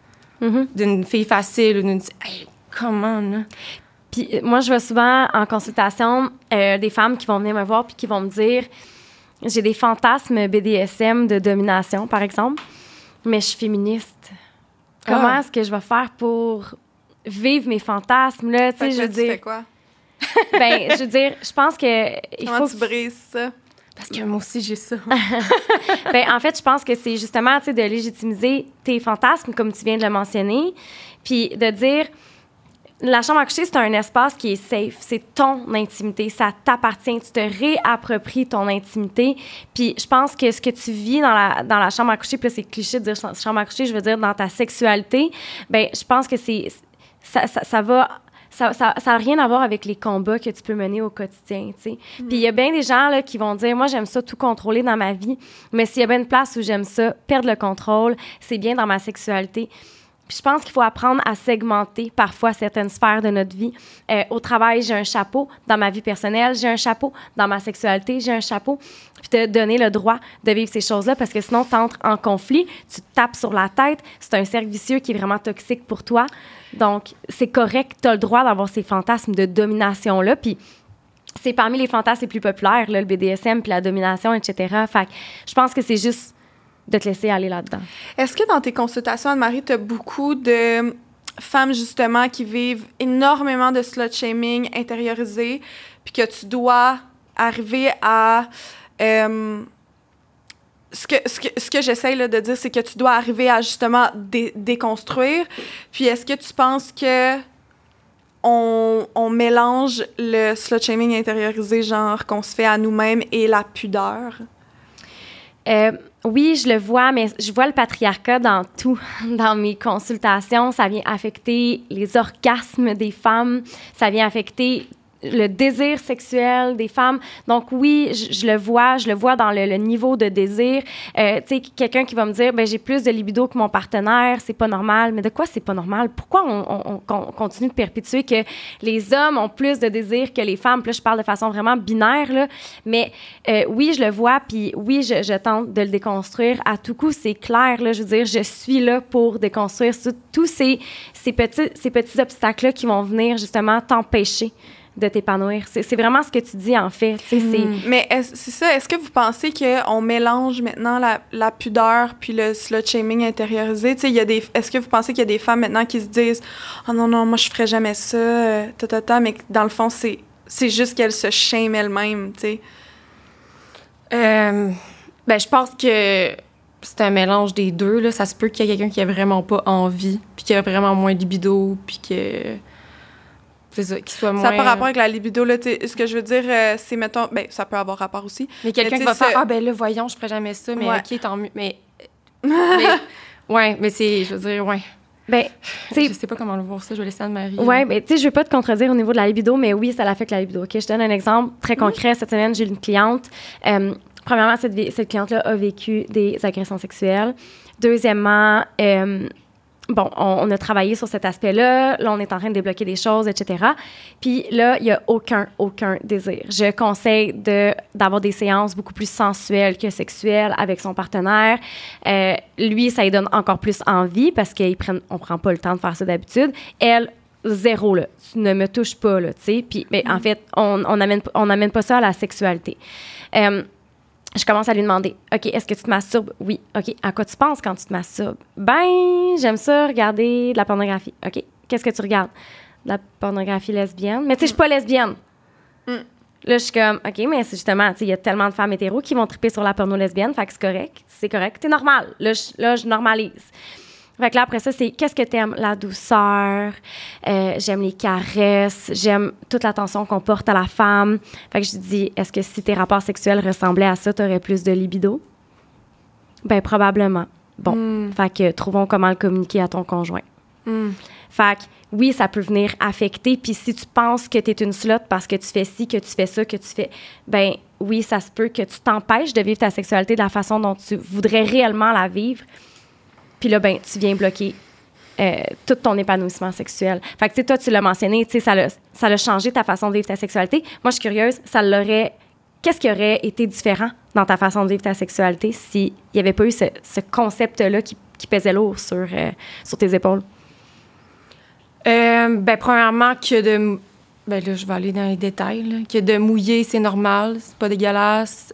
d'une fille facile » ou d'une... Hey, comment, là? Puis moi, je vois souvent en consultation des femmes qui vont venir me voir puis qui vont me dire « J'ai des fantasmes BDSM de domination, par exemple, mais je suis féministe. Comment est-ce que je vais faire pour vivre mes fantasmes, là? » Tu sais, je veux dire... Tu fais quoi? Ben, je veux dire, je pense que... Comment tu brises ça? Parce que moi aussi, j'ai ça. Ben, en fait, je pense que c'est justement, tu sais, de légitimiser tes fantasmes, comme tu viens de le mentionner, puis de dire, la chambre à coucher, c'est un espace qui est safe. C'est ton intimité. Ça t'appartient. Tu te réappropries ton intimité. Puis je pense que ce que tu vis dans la chambre à coucher, puis là, c'est cliché de dire chambre à coucher, je veux dire dans ta sexualité, ben je pense que ça va... Ça n'a rien à voir avec les combats que tu peux mener au quotidien, tu sais. Puis il y a bien des gens là, qui vont dire, moi, j'aime ça tout contrôler dans ma vie, mais s'il y a bien une place où j'aime ça, perdre le contrôle, c'est bien dans ma sexualité. Puis je pense qu'il faut apprendre à segmenter parfois certaines sphères de notre vie. Au travail, j'ai un chapeau. Dans ma vie personnelle, j'ai un chapeau. Dans ma sexualité, j'ai un chapeau. Puis te donner le droit de vivre ces choses-là parce que sinon, tu entres en conflit, tu te tapes sur la tête. C'est un cercle vicieux qui est vraiment toxique pour toi. Donc, c'est correct. Tu as le droit d'avoir ces fantasmes de domination-là. Puis c'est parmi les fantasmes les plus populaires, là, le BDSM puis la domination, etc. Fait que je pense que c'est juste de te laisser aller là-dedans. Est-ce que dans tes consultations, Anne-Marie, tu as beaucoup de femmes, justement, qui vivent énormément de slut-shaming intériorisé, puis que tu dois arriver à... Ce que j'essaie là, de dire, c'est que tu dois arriver à, justement, déconstruire. Puis est-ce que tu penses que on mélange le slut-shaming intériorisé, genre, qu'on se fait à nous-mêmes, et la pudeur? Oui, je le vois, mais je vois le patriarcat dans tout. Dans mes consultations, ça vient affecter les orgasmes des femmes, ça vient affecter le désir sexuel des femmes. Donc oui, je le vois dans le niveau de désir. Tu sais, quelqu'un qui va me dire, ben j'ai plus de libido que mon partenaire, c'est pas normal. Mais de quoi c'est pas normal? Pourquoi on continue de perpétuer que les hommes ont plus de désir que les femmes? Puis là, je parle de façon vraiment binaire, là. Mais oui, je le vois, puis oui, je tente de le déconstruire. À tout coup, c'est clair, là. Je veux dire, je suis là pour déconstruire tous ces petits obstacles-là qui vont venir justement t'empêcher de t'épanouir. C'est vraiment ce que tu dis, en fait. Mais c'est ça. Est-ce que vous pensez qu'on mélange maintenant la pudeur puis le slut-shaming intériorisé? Est-ce que vous pensez qu'il y a des femmes maintenant qui se disent « Oh non, moi, je ferais jamais ça, mais dans le fond, c'est juste qu'elles se shament elles-mêmes, tu sais? » Ben, je pense que c'est un mélange des deux, là. Ça se peut qu'il y ait quelqu'un qui a vraiment pas envie, puis qui a vraiment moins de libido, puis que... C'est ça, qu'il soit moins... Ça n'a pas rapport avec la libido, là. Ce que je veux dire, c'est, mettons... Ben, ça peut avoir rapport aussi. Mais quelqu'un qui va faire « Ah, ben là, voyons, je ferais jamais ça, mais OK, tant mieux. » Mais c'est... Je veux dire, ouais. Ben, je sais pas comment le voir ça, je vais laisser Anne-Marie. Oui, mais tu sais, je veux pas te contredire au niveau de la libido, mais oui, ça l'affecte la libido. OK, je te donne un exemple très concret. Cette semaine, j'ai une cliente... premièrement, cette cliente-là a vécu des agressions sexuelles. Deuxièmement, on a travaillé sur cet aspect-là. Là, on est en train de débloquer des choses, etc. Puis là, il n'y a aucun désir. Je conseille d'avoir des séances beaucoup plus sensuelles que sexuelles avec son partenaire. Lui, ça lui donne encore plus envie parce qu'on ne prend pas le temps de faire ça d'habitude. Elle, zéro, là. Tu ne me touches pas, là, tu sais. Puis, mais en fait, on n'amène pas ça à la sexualité. Je commence à lui demander, OK, est-ce que tu te masturbes? Oui. OK, à quoi tu penses quand tu te masturbes? Ben, j'aime ça regarder de la pornographie. OK, qu'est-ce que tu regardes? De la pornographie lesbienne? Mais tu sais, je suis pas lesbienne. Là, je suis comme, OK, mais c'est justement, tu sais, il y a tellement de femmes hétéros qui vont triper sur la porno lesbienne, fait que c'est correct, c'est normal. Là, je normalise. Fait que là, après ça, c'est qu'est-ce que t'aimes? La douceur, j'aime les caresses, j'aime toute l'attention qu'on porte à la femme. Fait que je dis, est-ce que si tes rapports sexuels ressemblaient à ça, t'aurais plus de libido? Ben probablement. Bon, fait que trouvons comment le communiquer à ton conjoint. Fait que oui, ça peut venir affecter. Puis si tu penses que t'es une slot parce que tu fais ci, que tu fais ça, que tu fais... Ben oui, ça se peut que tu t'empêches de vivre ta sexualité de la façon dont tu voudrais réellement la vivre. Puis là, ben, tu viens bloquer tout ton épanouissement sexuel. Fait que, tu sais, toi, tu l'as mentionné, tu sais, ça l'a changé ta façon de vivre ta sexualité. Moi, je suis curieuse, qu'est-ce qui aurait été différent dans ta façon de vivre ta sexualité s'il n'y avait pas eu ce concept-là qui pesait lourd sur tes épaules? Ben, premièrement, ben là, je vais aller dans les détails, là, que de mouiller, c'est normal, c'est pas dégueulasse.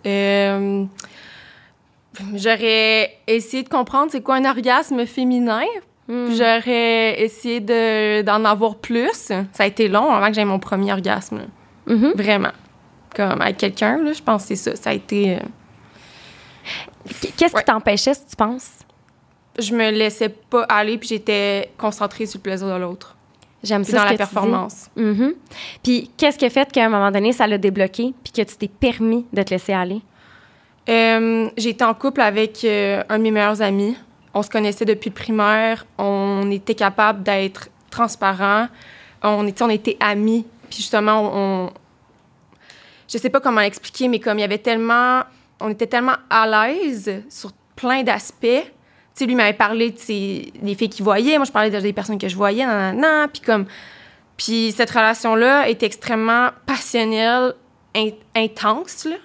J'aurais essayé de comprendre c'est quoi un orgasme féminin. J'aurais essayé d'en avoir plus. Ça a été long avant que j'aie mon premier orgasme. Vraiment. Comme avec quelqu'un, là, je pense que c'est ça. Ça a été... Qu'est-ce qui t'empêchait, si tu penses? Je me laissais pas aller puis j'étais concentrée sur le plaisir de l'autre. J'aime ça, dans la performance. Puis qu'est-ce qui a fait qu'à un moment donné, ça l'a débloqué puis que tu t'es permis de te laisser aller? J'ai été en couple avec un de mes meilleurs amis. On se connaissait depuis le primaire. On était capable d'être transparents. On était amis. Puis justement, je sais pas comment expliquer, mais comme il y avait on était tellement à l'aise sur plein d'aspects. Tu sais, lui m'avait parlé des filles qu'il voyait. Moi, je parlais des personnes que je voyais. Puis cette relation-là était extrêmement passionnelle, intense, là.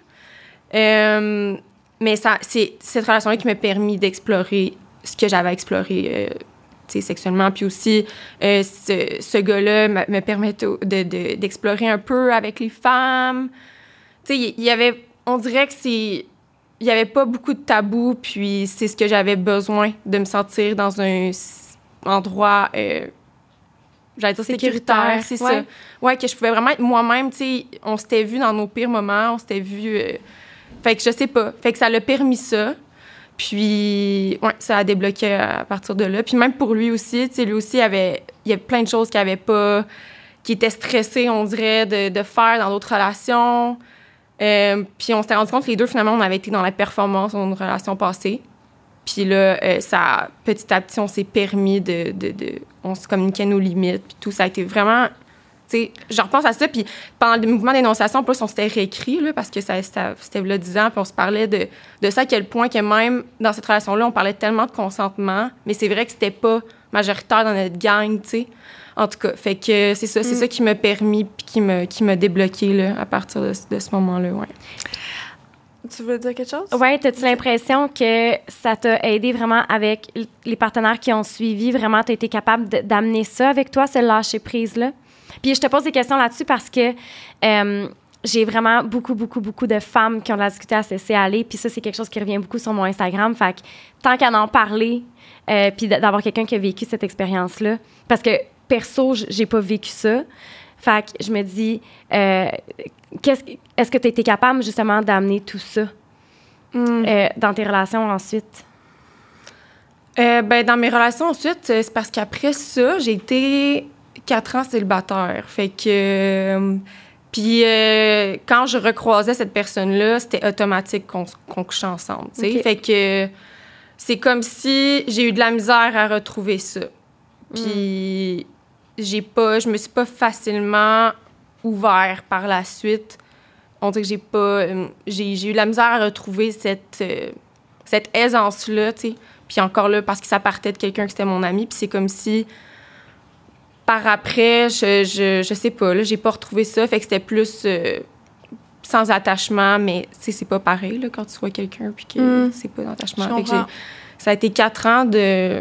Mais c'est cette relation-là qui m'a permis d'explorer ce que j'avais exploré sexuellement. Puis aussi, ce gars-là me permet d'explorer un peu avec les femmes. Tu sais, on dirait il y avait pas beaucoup de tabous, puis c'est ce que j'avais besoin, de me sentir dans un endroit... j'allais dire sécuritaire, c'est ça. Ouais, que je pouvais vraiment être moi-même, tu sais. On s'était vus dans nos pires moments, on s'était vus... fait que je sais pas. Fait que ça l'a permis ça. Puis, ouais, ça a débloqué à partir de là. Puis même pour lui aussi, tu sais, lui aussi, il y a plein de choses qu'il avait pas... qui étaient stressé, on dirait, de faire dans d'autres relations. Puis on s'était rendu compte que les deux, finalement, on avait été dans la performance dans une relation passée. Puis là, petit à petit, on s'est permis on se communiquait nos limites, puis tout. Ça a été vraiment... Tu sais, je repense à ça, puis pendant le mouvement d'énonciation, plus on s'était réécrit, là, parce que c'était là 10 ans, puis on se parlait de ça, à quel point que même dans cette relation-là, on parlait tellement de consentement, mais c'est vrai que c'était pas majoritaire dans notre gang, tu sais. En tout cas, fait que c'est ça qui m'a permis, puis qui m'a débloqué, là, à partir de ce moment-là, ouais. Tu veux dire quelque chose? Oui, as-tu l'impression que ça t'a aidé vraiment avec les partenaires qui ont suivi? Vraiment, tu as été capable d'amener ça avec toi, ce lâcher-prise-là? Puis je te pose des questions là-dessus parce que j'ai vraiment beaucoup de femmes qui ont de la difficulté à se laisser aller. Puis ça, c'est quelque chose qui revient beaucoup sur mon Instagram. Fait que tant qu'à en parler, puis d'avoir quelqu'un qui a vécu cette expérience-là, parce que perso, j'ai pas vécu ça. Fait que je me dis, est-ce que tu as été capable justement d'amener tout ça dans tes relations ensuite? Ben, dans mes relations ensuite, c'est parce qu'après ça, j'ai été 4 ans célibataire. Fait que... puis quand je recroisais cette personne-là, c'était automatique qu'on couchait ensemble, tu sais. Okay. Fait que c'est comme si j'ai eu de la misère à retrouver ça. Puis je me suis pas facilement ouvert par la suite on dirait que j'ai pas... j'ai eu de la misère à retrouver cette aisance-là, tu sais. Puis encore là, parce que ça partait de quelqu'un qui était mon ami, puis c'est comme si... Par après, je sais pas, là, j'ai pas retrouvé ça. Fait que c'était plus sans attachement, mais c'est pas pareil, là, quand tu vois quelqu'un puis que c'est pas d'attachement. Fait que ça a été 4 ans de...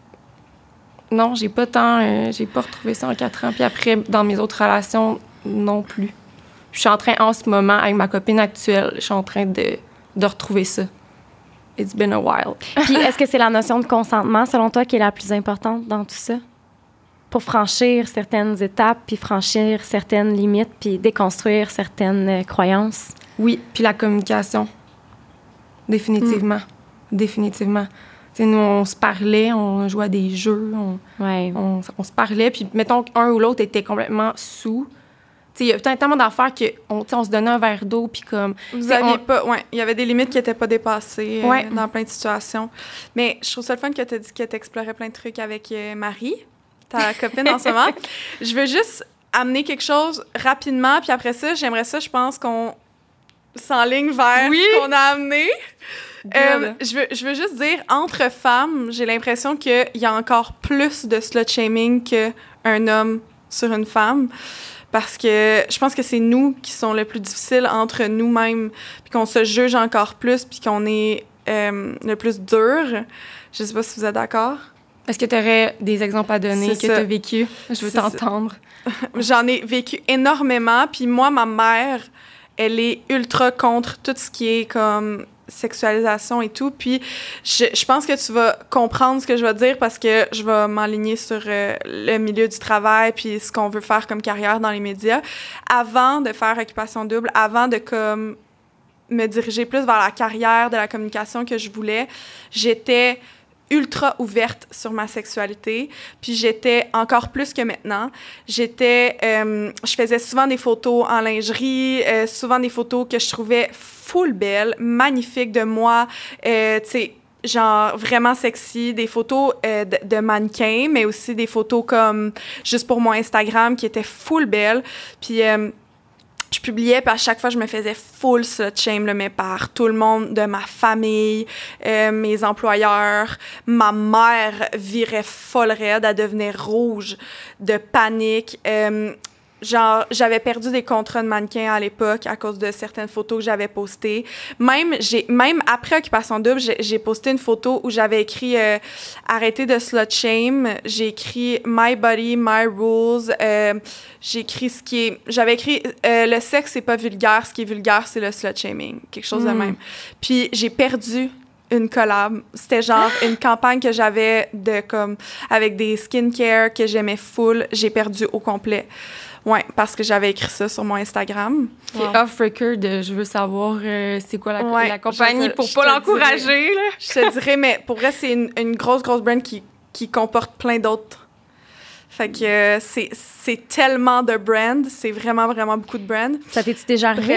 Non, j'ai pas retrouvé ça en 4 ans. Puis après, dans mes autres relations, non plus. Je suis en train, en ce moment, avec ma copine actuelle, je suis en train de retrouver ça. It's been a while. Puis est-ce que c'est la notion de consentement, selon toi, qui est la plus importante dans tout ça? Pour franchir certaines étapes, puis franchir certaines limites, puis déconstruire certaines croyances? Oui, puis la communication. Définitivement. Définitivement. T'sais, nous, on se parlait, on jouait à des jeux, on se parlait, puis mettons qu'un ou l'autre était complètement sous. Il y a tellement d'affaires qu'on se donnait un verre d'eau, puis comme... Vous aviez pas... Ouais, il y avait des limites qui n'étaient pas dépassées dans plein de situations. Mais je trouve ça le fun que tu as dit que tu explorais plein de trucs avec Marie, ta copine en ce moment. Je veux juste amener quelque chose rapidement, puis après ça, j'aimerais ça, je pense qu'on s'enligne vers ce qu'on a amené. Je veux juste dire, entre femmes, j'ai l'impression qu'il y a encore plus de slut-shaming qu'un homme sur une femme. Parce que je pense que c'est nous qui sont le plus difficiles entre nous-mêmes, puis qu'on se juge encore plus, puis qu'on est le plus dur. Je sais pas si vous êtes d'accord. Est-ce que tu aurais des exemples à donner que tu as vécu? Je veux t'entendre. J'en ai vécu énormément, puis moi, ma mère, elle est ultra contre tout ce qui est comme sexualisation et tout, puis je pense que tu vas comprendre ce que je vais dire parce que je vais m'aligner sur le milieu du travail puis ce qu'on veut faire comme carrière dans les médias. Avant de faire Occupation Double, avant de comme me diriger plus vers la carrière de la communication que je voulais, j'étais ultra ouverte sur ma sexualité, puis j'étais encore plus que maintenant. Je faisais souvent des photos en lingerie, souvent des photos que je trouvais full belles, magnifiques de moi, tu sais, genre vraiment sexy, des photos de mannequins, mais aussi des photos comme juste pour mon Instagram qui étaient full belles, puis je publiais, puis à chaque fois, je me faisais full slut-shame, mais par tout le monde de ma famille, mes employeurs. Ma mère virait folle raide, elle devenait rouge de panique. Genre, j'avais perdu des contrats de mannequin à l'époque à cause de certaines photos que j'avais postées. Même après Occupation Double, j'ai posté une photo où j'avais écrit « Arrêtez de slut-shame ». J'ai écrit « My body, my rules ». J'avais écrit « Le sexe, c'est pas vulgaire. Ce qui est vulgaire, c'est le slut-shaming ». Quelque chose de même. Puis j'ai perdu une collab. C'était genre une campagne que j'avais avec des skincare que j'aimais full. J'ai perdu au complet. Oui, parce que j'avais écrit ça sur mon Instagram. Wow. Off record, je veux savoir c'est quoi la compagnie pour pas l'encourager. Là. Je te dirais, mais pour vrai, c'est une grosse brand qui comporte plein d'autres. Fait que c'est tellement de brand, c'est vraiment, vraiment beaucoup de brand. Ça t'es-tu déjà arrivé?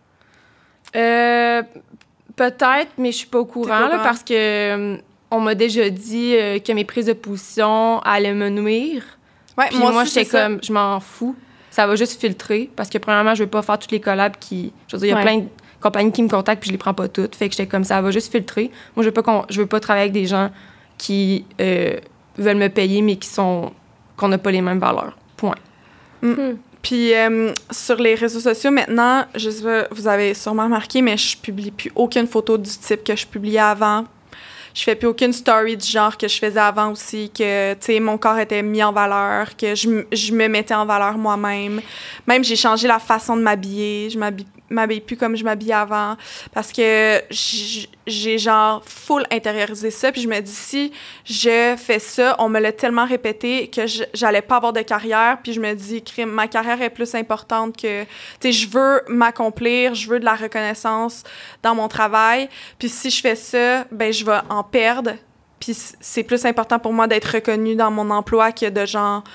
Bref. Peut-être, mais je suis pas au courant, là, parce que on m'a déjà dit que mes prises de position allaient me nuire. Ouais, puis moi j'étais comme, je m'en fous. Ça va juste filtrer, parce que premièrement, je veux pas faire toutes les collabs qui... Je veux dire, il y a plein de compagnies qui me contactent, puis je les prends pas toutes. Fait que j'étais comme, ça va juste filtrer. Moi, je veux pas travailler avec des gens qui veulent me payer, mais qu'on n'a pas les mêmes valeurs. Point. Puis sur les réseaux sociaux, maintenant, je sais pas, vous avez sûrement remarqué, mais je publie plus aucune photo du type que je publiais avant. Je fais plus aucune story du genre que je faisais avant aussi, que, tu sais, mon corps était mis en valeur, que je me mettais en valeur moi-même. Même, j'ai changé la façon de m'habiller. Je m'habille plus comme je m'habillais avant parce que j'ai genre full intériorisé ça. Puis je me dis, si je fais ça, on me l'a tellement répété que j'allais pas avoir de carrière. Puis je me dis, ma carrière est plus importante que... Tu sais, je veux m'accomplir, je veux de la reconnaissance dans mon travail. Puis si je fais ça, ben je vais en perdre. Puis c'est plus important pour moi d'être reconnue dans mon emploi que de genre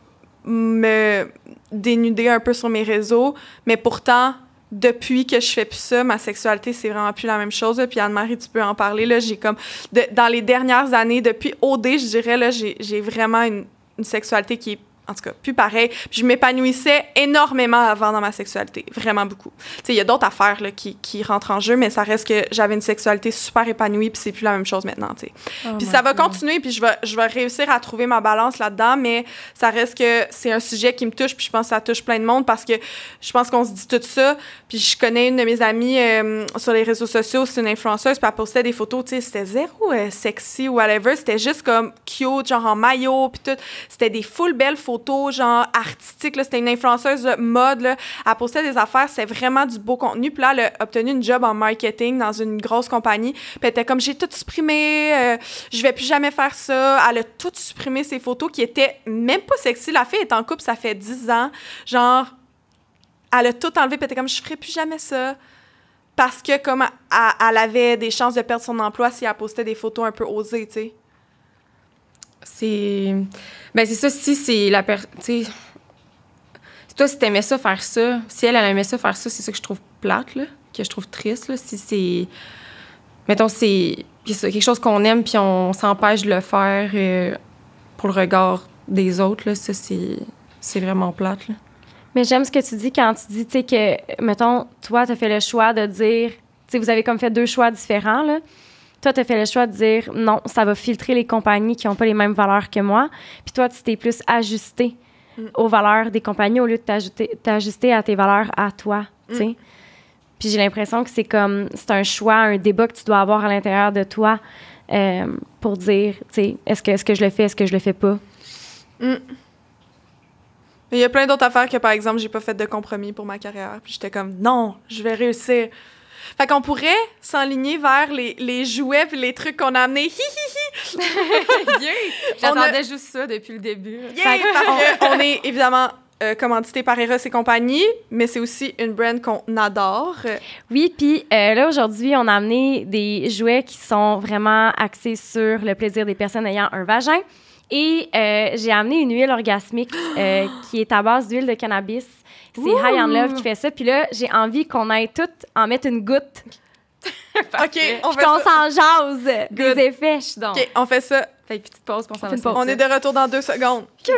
me dénuder un peu sur mes réseaux. Mais pourtant... Depuis que je fais plus ça, ma sexualité, c'est vraiment plus la même chose. Là. Puis Anne-Marie, tu peux en parler. Là, j'ai comme... dans les dernières années, depuis OD, je dirais, là, j'ai vraiment une sexualité qui est en tout cas, plus pareil. Puis je m'épanouissais énormément avant dans ma sexualité, vraiment beaucoup. Tu sais, il y a d'autres affaires là, qui rentrent en jeu, mais ça reste que j'avais une sexualité super épanouie, puis c'est plus la même chose maintenant, tu sais. Puis ça va continuer, puis je vais réussir à trouver ma balance là-dedans, mais ça reste que c'est un sujet qui me touche, puis je pense que ça touche plein de monde, parce que je pense qu'on se dit tout ça. Puis je connais une de mes amies sur les réseaux sociaux, c'est une influenceuse, puis elle postait des photos, tu sais, c'était zéro sexy ou whatever, c'était juste comme cute, genre en maillot, puis tout. C'était des full belles photos, genre artistiques, là. C'était une influenceuse de mode, là. Elle postait des affaires, c'était vraiment du beau contenu. Puis là, elle a obtenu une job en marketing dans une grosse compagnie. Puis elle était comme, j'ai tout supprimé, je vais plus jamais faire ça. Elle a tout supprimé ses photos qui étaient même pas sexy. La fille est en couple, ça fait 10 ans. Genre, elle a tout enlevé, puis elle était comme, je ferai plus jamais ça. Parce que comme elle avait des chances de perdre son emploi si elle postait des photos un peu osées, tu sais. C'est ça, si c'est la personne... Toi, si t'aimais ça, faire ça, si elle aimait ça, faire ça, c'est ça que je trouve plate, là, que je trouve triste, là. Si c'est... Mettons, c'est quelque chose qu'on aime puis on s'empêche de le faire pour le regard des autres, là, ça, c'est vraiment plate, là. Mais j'aime ce que tu dis quand tu dis, tu sais, que, mettons, toi, t'as fait le choix de dire... Tu sais, vous avez comme fait 2 choix différents, là. Toi, t'as fait le choix de dire, non, ça va filtrer les compagnies qui n'ont pas les mêmes valeurs que moi. Puis toi, tu t'es plus ajusté aux valeurs des compagnies au lieu de t'ajuster à tes valeurs à toi, tu sais. Puis j'ai l'impression que c'est un choix, un débat que tu dois avoir à l'intérieur de toi pour dire, tu sais, est-ce que je le fais, est-ce que je le fais pas? Mais il y a plein d'autres affaires que, par exemple, j'ai pas fait de compromis pour ma carrière. Puis j'étais comme, non, je vais réussir. Fait qu'on pourrait s'enligner vers les jouets puis les trucs qu'on a amenés. J'attendais juste ça depuis le début. Parce qu'on est évidemment commandité par Eros et compagnie, mais c'est aussi une brand qu'on adore. Oui, puis là, aujourd'hui, on a amené des jouets qui sont vraiment axés sur le plaisir des personnes ayant un vagin. Et j'ai amené une huile orgasmique qui est à base d'huile de cannabis. C'est High on Love qui fait ça. Puis là, j'ai envie qu'on aille toutes en mettre une goutte. OK, on s'en jase des effets. Je suis donc. OK, on fait ça. Fait une petite pause pour s'en aller. On est de retour dans 2 secondes. OK.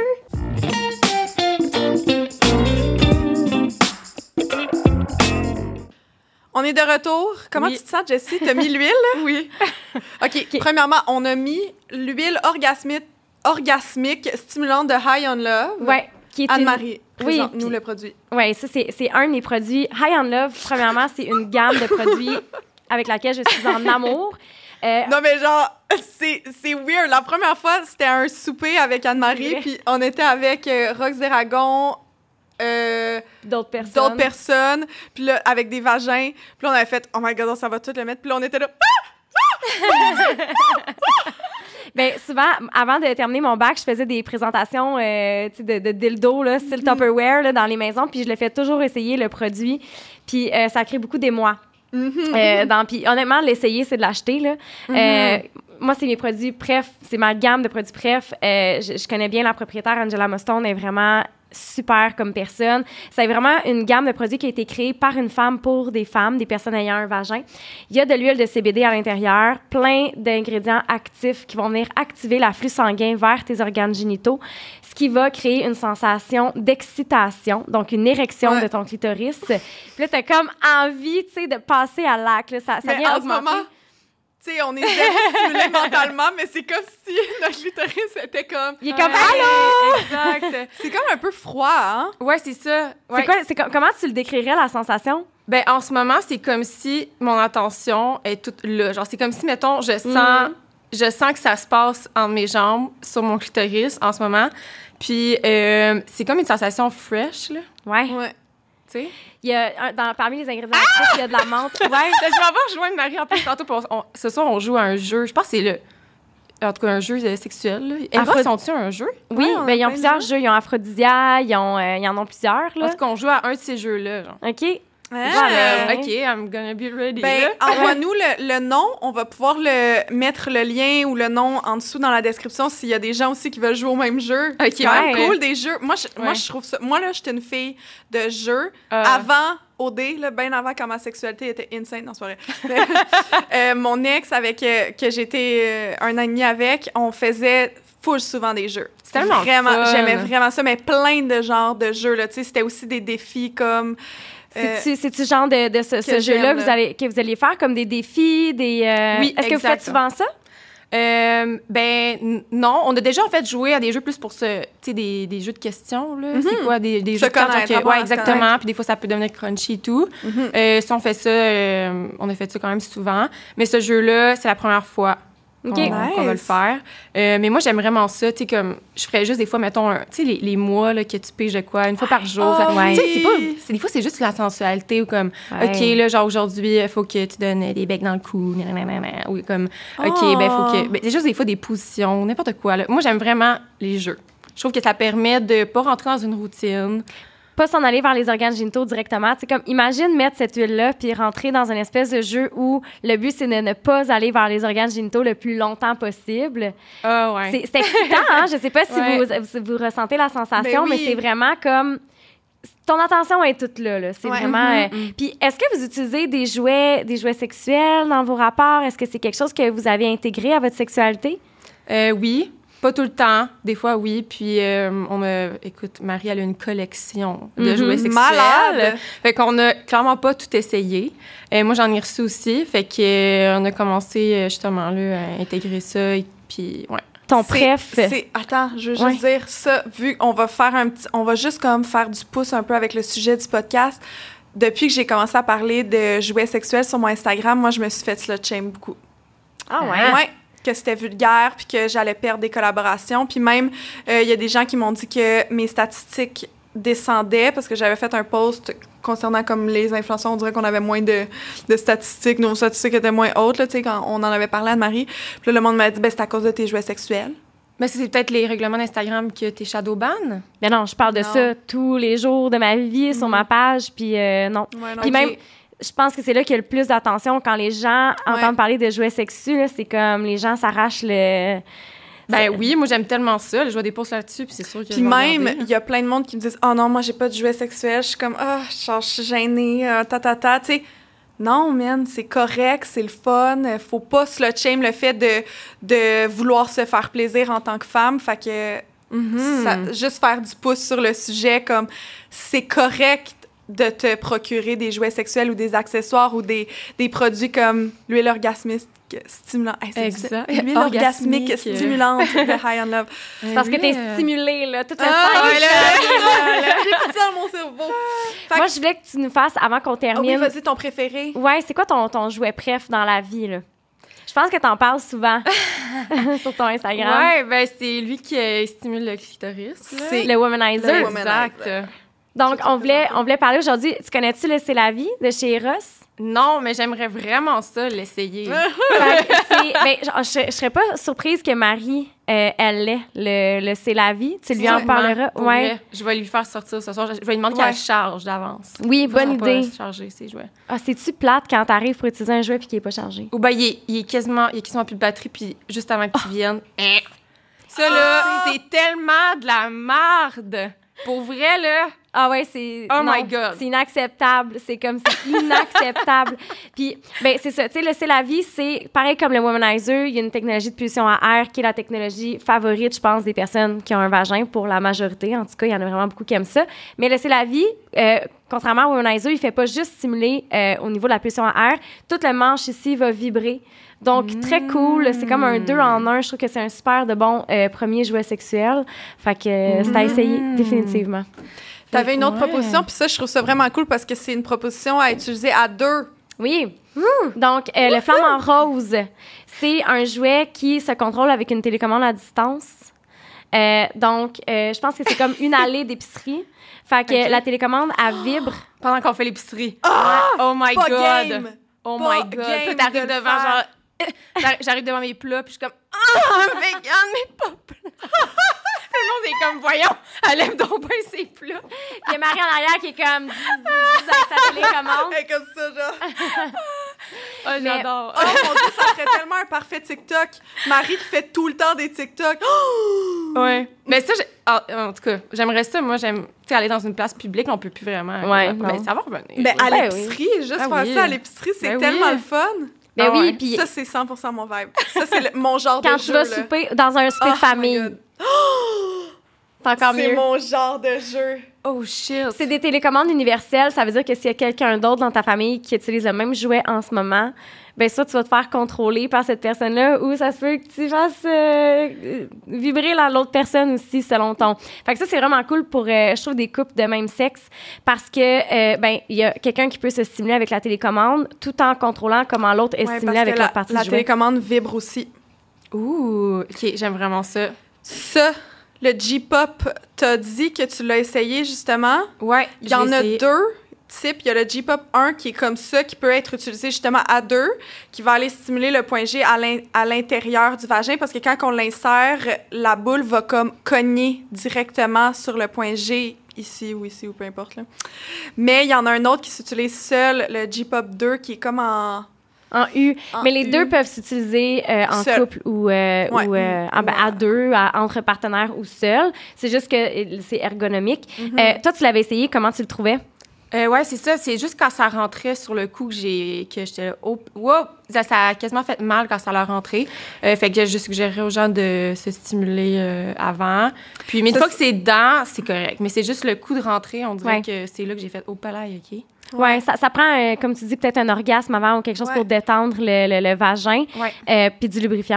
On est de retour. Comment tu te sens, Jessie? T'as mis l'huile? Oui. OK. Premièrement, on a mis l'huile orgasmique stimulante de High on Love. Oui. Anne-Marie, présente-nous le produit. Oui, ça, c'est un de mes produits. High on Love, premièrement, c'est une gamme de produits avec laquelle je suis en amour. Non, mais genre, c'est weird. La première fois, c'était un souper avec Anne-Marie, puis on était avec Rox Deragon, d'autres personnes, puis là, avec des vagins. Puis là, on avait fait « Oh my God, ça va tout le mettre. » Puis là, on était là Bien, souvent, avant de terminer mon bac, je faisais des présentations de dildo, là, style Tupperware, là, dans les maisons, puis je le fais toujours essayer, le produit, puis ça crée beaucoup d'émoi. Puis honnêtement, l'essayer, c'est de l'acheter, là. Moi, c'est mes produits préf, c'est ma gamme de produits préf. Je connais bien la propriétaire, Angela Mostone, elle est vraiment super comme personne. C'est vraiment une gamme de produits qui a été créée par une femme pour des femmes, des personnes ayant un vagin. Il y a de l'huile de CBD à l'intérieur, plein d'ingrédients actifs qui vont venir activer l'afflux sanguin vers tes organes génitaux, ce qui va créer une sensation d'excitation, donc une érection de ton clitoris. Puis là, t'as comme envie, tu sais, de passer à l'acte. Là. Ça vient augmenter. Tu sais, on est stimulé mentalement, mais c'est comme si notre clitoris était comme... Il est comme « Allô! » Exact. C'est comme un peu froid, hein? Ouais, c'est ça. Ouais. Comment tu le décrirais, la sensation? Ben, en ce moment, c'est comme si mon attention est toute là. Genre, c'est comme si, mettons, je sens que ça se passe entre mes jambes, sur mon clitoris, en ce moment. Puis, c'est comme une sensation fresh, là. Ouais. Tu sais? Il y a, parmi les ingrédients actifs, il y a de la menthe. Ouais. Je vais avoir rejoindre Marie en plus tantôt. Ce soir, on joue à un jeu. Je pense que c'est en tout cas, un jeu sexuel. Eva, sont-ils un jeu? Oui, ben, ils ont plusieurs jeux. Ils ont Aphrodisia, ils en ont plusieurs. Là. En tout cas, on joue à un de ces jeux-là. Genre. OK. OK, I'm gonna be ready. Ben, envoie-nous le nom. On va pouvoir mettre le lien ou le nom en dessous dans la description s'il y a des gens aussi qui veulent jouer au même jeu. OK, c'est quand même cool, des jeux. Moi, je trouve ça... Moi, là, j'étais une fille de jeu avant... OD, là, bien avant quand ma sexualité était insane, non, c'est vrai. Mon ex, avec que j'étais un an et demi avec, on faisait full souvent des jeux. C'est tellement vraiment, fun. j'aimais vraiment ça, mais plein de genres de jeux, là. Tu sais, c'était aussi des défis comme... C'est-tu genre de ce jeu-là que vous alliez faire, comme des défis, des... Oui, Est-ce que vous faites souvent ça? Non, on a déjà en fait joué à des jeux plus pour tu sais, des jeux de questions, là. C'est quoi, des jeux de cartes, ouais, exactement. Puis des fois, ça peut devenir crunchy et tout. Si on fait ça, on a fait ça quand même souvent. Mais ce jeu-là, c'est la première fois qu'on va le faire. Mais moi, j'aime vraiment ça. Tu sais, comme, je ferais juste des fois, mettons, tu sais, les mois là, que tu piges de quoi, une fois par jour. Tu sais, des fois, c'est juste la sensualité ou comme, OK, là, genre, aujourd'hui, il faut que tu donnes des becs dans le cou. Ou comme, OK, faut que... c'est juste des fois des positions, n'importe quoi. Là. Moi, j'aime vraiment les jeux. Je trouve que ça permet de pas rentrer dans une routine. Pas s'en aller vers les organes génitaux directement. C'est comme, imagine mettre cette huile-là puis rentrer dans une espèce de jeu où le but, c'est de ne pas aller vers les organes génitaux le plus longtemps possible. C'est excitant, hein? Je sais pas si vous ressentez la sensation, mais c'est vraiment comme... Ton attention est toute là. C'est vraiment... Puis, est-ce que vous utilisez des jouets sexuels dans vos rapports? Est-ce que c'est quelque chose que vous avez intégré à votre sexualité? Oui. Pas tout le temps. Des fois, oui. Puis, écoute, Marie, elle a une collection de jouets sexuels. Malade! Fait qu'on a clairement pas tout essayé. Moi, j'en ai reçu aussi. Fait qu'on a commencé, justement, là, à intégrer ça. Et puis, ouais. Ton préf. Attends, je veux juste dire ça, vu qu'on va faire on va juste comme faire du pouce un peu avec le sujet du podcast. Depuis que j'ai commencé à parler de jouets sexuels sur mon Instagram, moi, je me suis fait slut-shame beaucoup. Ah ouais? Ouais. Que c'était vulgaire, puis que j'allais perdre des collaborations. Puis même, il y a des gens qui m'ont dit que mes statistiques descendaient parce que j'avais fait un post concernant comme les influenceurs, on dirait qu'on avait moins de statistiques, nos statistiques étaient moins hautes, là, tu sais, quand on en avait parlé à Marie. Puis là, le monde m'a dit, c'est à cause de tes jouets sexuels. Mais c'est peut-être les règlements d'Instagram que t'es shadowban? Mais non, je parle de ça tous les jours de ma vie sur ma page, puis non. Ouais, non. Puis même... Je pense que c'est là qu'il y a le plus d'attention quand les gens entendent parler de jouets sexuels. Là, c'est comme les gens s'arrachent le... Oui, moi, j'aime tellement ça. Je vois des posts là-dessus, puis c'est sûr que puis même, il y a plein de monde qui me disent « Oh non, moi, j'ai pas de jouets sexuels. » Je suis comme « Ah, je suis gênée, Tu sais, non, man, c'est correct, c'est le fun. Faut pas slut-shame le fait de vouloir se faire plaisir en tant que femme. Fait que juste faire du pouce sur le sujet, comme c'est correct de te procurer des jouets sexuels ou des accessoires ou des produits comme l'huile orgasmique stimulant. Exact. L'huile orgasmique stimulante de High on Love. C'est parce que t'es stimulée, là, toute la J'ai pas dit dans mon cerveau. Moi, je voulais que tu nous fasses, avant qu'on termine... oui, vas-y, ton préféré. Ouais, c'est quoi ton jouet préf dans la vie, là? Je pense que t'en parles souvent sur ton Instagram. Ouais, c'est lui qui stimule le clitoris. Là. C'est le Womanizer. Exact. Donc, on voulait parler aujourd'hui. Tu connais-tu le C'est la vie de chez Eros? Non, mais j'aimerais vraiment ça, l'essayer. Je serais pas surprise que Marie, elle l'ait, le C'est la vie. Tu lui en parleras. Ouais. Je vais lui faire sortir ce soir. Je vais lui demander qu'elle charge d'avance. Oui, bonne idée. Pas charger ses jouets. Ah, c'est-tu plate quand t'arrives pour utiliser un jouet puis qu'il est pas chargé? Ou il est quasiment plus de batterie, puis juste avant que tu viennes. Ça, là, c'est tellement de la marde. Pour vrai, là. Ah ouais, c'est... Oh my God. C'est inacceptable. C'est comme, c'est inacceptable. Puis, c'est ça. Tu sais, le C'est la vie, c'est pareil comme le Womanizer. Il y a une technologie de pulsion à air qui est la technologie favorite, je pense, des personnes qui ont un vagin pour la majorité. En tout cas, il y en a vraiment beaucoup qui aiment ça. Mais le C'est la vie, contrairement au Womanizer, il fait pas juste stimuler au niveau de la pulsion à air. Toute le manche ici va vibrer. Donc, très cool. C'est comme un 2 en 1. Je trouve que c'est un super de bon premier jouet sexuel. Fait que c'est à essayer, définitivement. T'avais une autre proposition, puis ça, je trouve ça vraiment cool parce que c'est une proposition à utiliser à 2. Oui. Donc, le flamant rose, c'est un jouet qui se contrôle avec une télécommande à distance. Donc, je pense que c'est comme une allée d'épicerie. Fait que la télécommande, elle vibre. Pendant qu'on fait l'épicerie. Oh my God! Game. Oh my God! Puis t'arrives devant, genre... J'arrive devant mes plats, puis je suis comme... Ah, vegan, mais pas plat! Le monde est comme, voyons, elle aime donc bien ses plats. Il y a Marie en arrière qui est comme, avec sa télécommande. Elle est comme ça, genre. Oh, j'adore. Oh mon Dieu, ça ferait tellement un parfait TikTok. Marie qui fait tout le temps des TikTok. Ouais. Mais ça, en tout cas, j'aimerais ça. Moi, j'aime aller dans une place publique, on peut plus vraiment. Ouais, ça va revenir. Mais à l'épicerie, juste faire ça à l'épicerie, c'est tellement le fun. Ben Ah oui, ouais. puis Ça, c'est 100% mon vibe. Ça, c'est mon genre de quand jeu. tu vas là. souper dans un souper de Oh my famille, God. c'est encore C'est mieux. mon genre de jeu. Oh, shit. C'est des télécommandes universelles, ça veut dire que s'il y a quelqu'un d'autre dans ta famille qui utilise le même jouet en ce moment, ben soit tu vas te faire contrôler par cette personne-là, ou ça se peut que tu fasses vibrer l'autre personne aussi selon ton. Fait que ça, c'est vraiment cool pour, je trouve, des couples de même sexe, parce que, ben, il y a quelqu'un qui peut se stimuler avec la télécommande tout en contrôlant comment l'autre est Ouais, stimulé parce avec que leur partie la du jouet. télécommande vibre aussi. Ouh, OK, j'aime vraiment ça. Ça, le J-pop, t'as dit que tu l'as essayé, justement. Ouais, Il y en a deux types. Il y a le J-pop 1 qui est comme ça, qui peut être utilisé justement à deux, qui va aller stimuler le point G à l'intérieur du vagin, parce que quand on l'insère, la boule va comme cogner directement sur le point G, ici ou peu importe. Là. Mais il y en a un autre qui s'utilise seul, le J-pop 2, qui est comme en U. Mais les U. deux peuvent s'utiliser en Seul. couple ou à deux, entre partenaires ou seul. C'est juste que c'est ergonomique. Toi, tu l'avais essayé. Comment tu le trouvais? Ouais, c'est ça. C'est juste quand ça rentrait sur le coup que j'étais là, oh, wow! Ça a quasiment fait mal quand ça l'a rentré. Fait que je suggérerais aux gens de se stimuler avant. Puis, mais une fois que c'est dedans, c'est correct. Mais c'est juste le coup de rentrée, on dirait que c'est là que j'ai fait, oh, palais, OK? Ouais, ça prend, comme tu dis, peut-être un orgasme avant ou quelque chose pour détendre le vagin, puis du lubrifiant.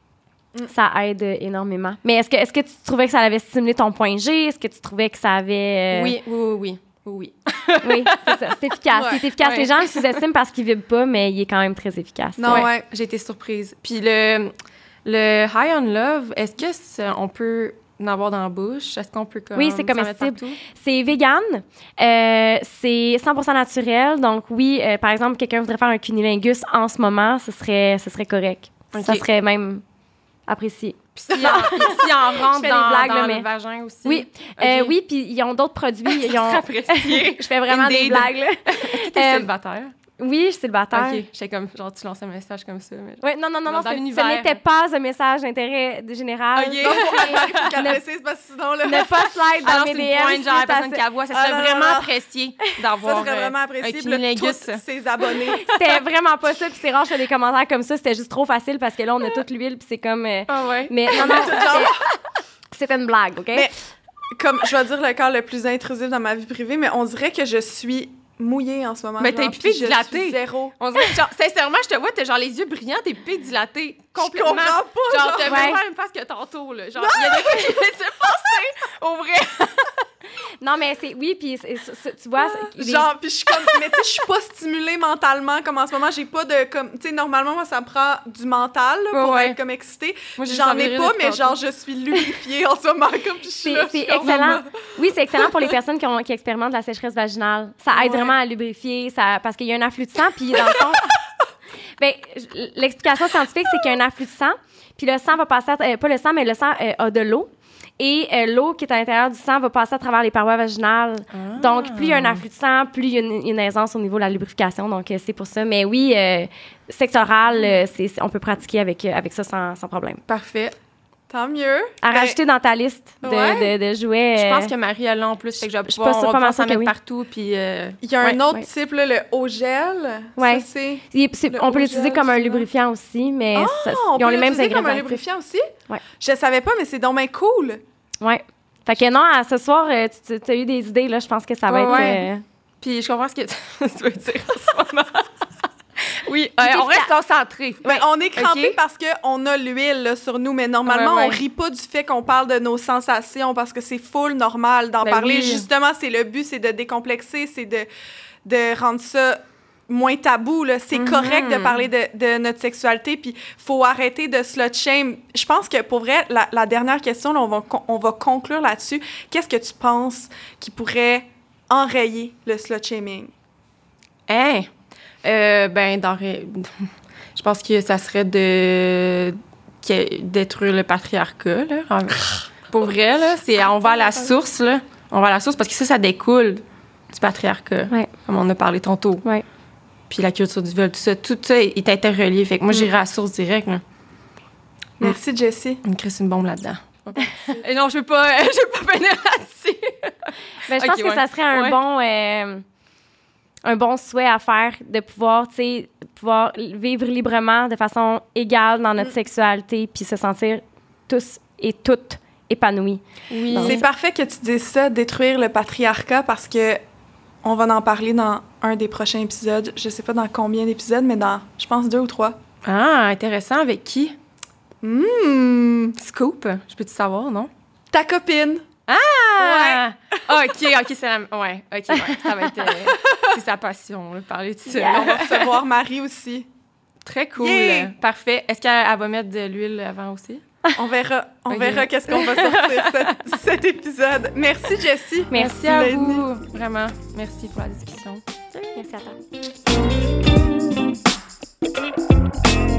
Ça aide énormément. Mais est-ce que tu trouvais que ça avait stimulé ton point G? Est-ce que tu trouvais que ça avait... Oui. Oui, c'est ça. C'est efficace. C'est efficace. Ouais. Les gens le sous-estiment parce qu'il vibre pas, mais il est quand même très efficace. Non, ouais. J'ai été surprise. Puis le High on Love, est-ce que on peut en avoir dans la bouche? Est-ce qu'on peut comme Oui, c'est s'en mettre comestible. partout? C'est vegan. C'est 100% naturel. Donc, oui, par exemple, quelqu'un voudrait faire un cunilingus en ce moment, ce serait correct. OK. Ça serait même apprécié. Puis s'il en rentre Je fais des dans, blagues, dans là, le mais- vagin aussi? Oui, OK. oui, puis ils ont d'autres produits. Ils ont... serait apprécié. Je fais vraiment des Indeed. blagues, là. Est-ce que t'es célibataire? Oui, je suis célibataire. OK. J'étais comme, genre, tu lances un message comme ça. Mais... Ouais, non, Dans ce l'univers. n'était pas un message d'intérêt général. OK. Faut qu'elle précise, parce que sinon, là, Ne pas slide dans Alors, mes c'est DM. le point de genre, la suite à personne ça. qui la voit. Ça Ah, serait non, vraiment non. apprécié ça d'avoir serait vraiment un appréciable. cunilingus. Tous ses abonnés. C'était vraiment pas ça. Puis c'est rare que je fais des commentaires comme ça. C'était juste trop facile parce que là, on a toute l'huile. Puis c'est comme... Ah ouais. Mais non, c'était une blague, OK? Mais comme, je vais dire le corps le plus intrusif dans ma vie privée, mais on dirait que je suis mouillée en ce moment. Mais genre, t'es puis pipée je dilatée. suis zéro. On dirait, genre, sincèrement, je te vois, t'as genre les yeux brillants, t'es pipée dilatée. Complètement. Je comprends pas, Genre, t'as genre. vraiment Ouais. la même face que tantôt, là. Genre, il y a des trucs qui s'est passé. Au vrai. Non, mais c'est... Oui, puis tu vois... Genre, puis je suis comme, mais tu sais, je suis pas stimulée mentalement comme en ce moment. J'ai pas de, comme, tu sais, normalement, moi, ça me prend du mental là, pour Ouais. être comme excitée. Moi, j'ai J'en senti ai rire pas, depuis mais tantôt. genre, je suis lubrifiée en ce moment, comme je suis là. C'est je suis comme, excellent. Oui, c'est excellent pour les personnes qui expérimentent la sécheresse vaginale. Ça aide Ouais. vraiment à lubrifier, parce qu'il y a un afflux de sang, puis dans le fond... ben, l'explication scientifique, c'est qu'il y a un afflux de sang, puis le sang va passer... pas le sang, mais le sang a de l'eau. Et l'eau qui est à l'intérieur du sang va passer à travers les parois vaginales. Donc, plus il y a un afflux de sang, plus il y a une aisance au niveau de la lubrification. Donc, c'est pour ça. Mais oui, sexe oral, on peut pratiquer avec ça sans problème. Parfait. Tant mieux. À Ben, rajouter dans ta liste ouais. de jouets. Je pense que Marie, elle l'a en plus. Fait que je vais suis pas pouvoir, sûre, on pas va mal pouvoir s'en sûre que mettre oui. partout. Puis, il y a un autre ouais. type, là, le eau gel. Ouais. Ça, c'est... On peut eau l'utiliser gel, comme un souvent. lubrifiant aussi, mais On ils ont peut les mêmes l'utiliser comme ingrédients. un lubrifiant aussi? Ouais. Je savais pas, mais c'est donc bien cool. Ouais. Fait que non, ce soir, tu as eu des idées, là. Je pense que ça va Ouais. être... puis je comprends ce que tu veux dire en ce moment. Oui, Puis on reste concentré. Ben, on est crampé OK. parce qu'on a l'huile là, sur nous, mais normalement, Ouais. on rit pas du fait qu'on parle de nos sensations parce que c'est full normal d'en Ben parler. oui. Justement, c'est le but, c'est de décomplexer, c'est de rendre ça moins tabou. Là. C'est correct de parler de notre sexualité, puis faut arrêter de slut shame. Je pense que, pour vrai, la dernière question, là, on va conclure là-dessus. Qu'est-ce que tu penses qui pourrait enrayer le slut shaming? Hein? Ben, je pense que ça serait de détruire le patriarcat, là. Pour vrai, là, on va à la source, là. On va à la source parce que ça découle du patriarcat, Ouais. comme on a parlé tantôt. Ouais. Puis la culture du viol, tout ça est interrelié. Fait que moi, j'irai à la source directe, là. Merci, Jessie. On me crisse une bombe là-dedans. Et non, je veux pas finir là-dessus. Ben, je pense Ok, que ouais. ça serait un Ouais. bon... un bon souhait à faire de pouvoir, tu sais, pouvoir vivre librement de façon égale dans notre sexualité puis se sentir tous et toutes épanouis. Oui. C'est parfait que tu dises ça, détruire le patriarcat, parce que on va en parler dans un des prochains épisodes. Je sais pas dans combien d'épisodes, mais dans, je pense, 2 ou 3. Ah, intéressant. Avec qui? Scoop. Je peux-tu savoir, non? Ta copine. Ah! Ouais. OK, c'est la... Ouais, OK, ouais. Ça va être... c'est sa passion, là, parler de ça. On va recevoir Marie aussi. Très cool. Yeah! Parfait. Est-ce qu'elle va mettre de l'huile avant aussi? On verra. On Ok. verra qu'est-ce qu'on va sortir cet épisode. Merci, Jessie. Merci à vous. Vraiment. Merci pour la discussion. Merci à toi.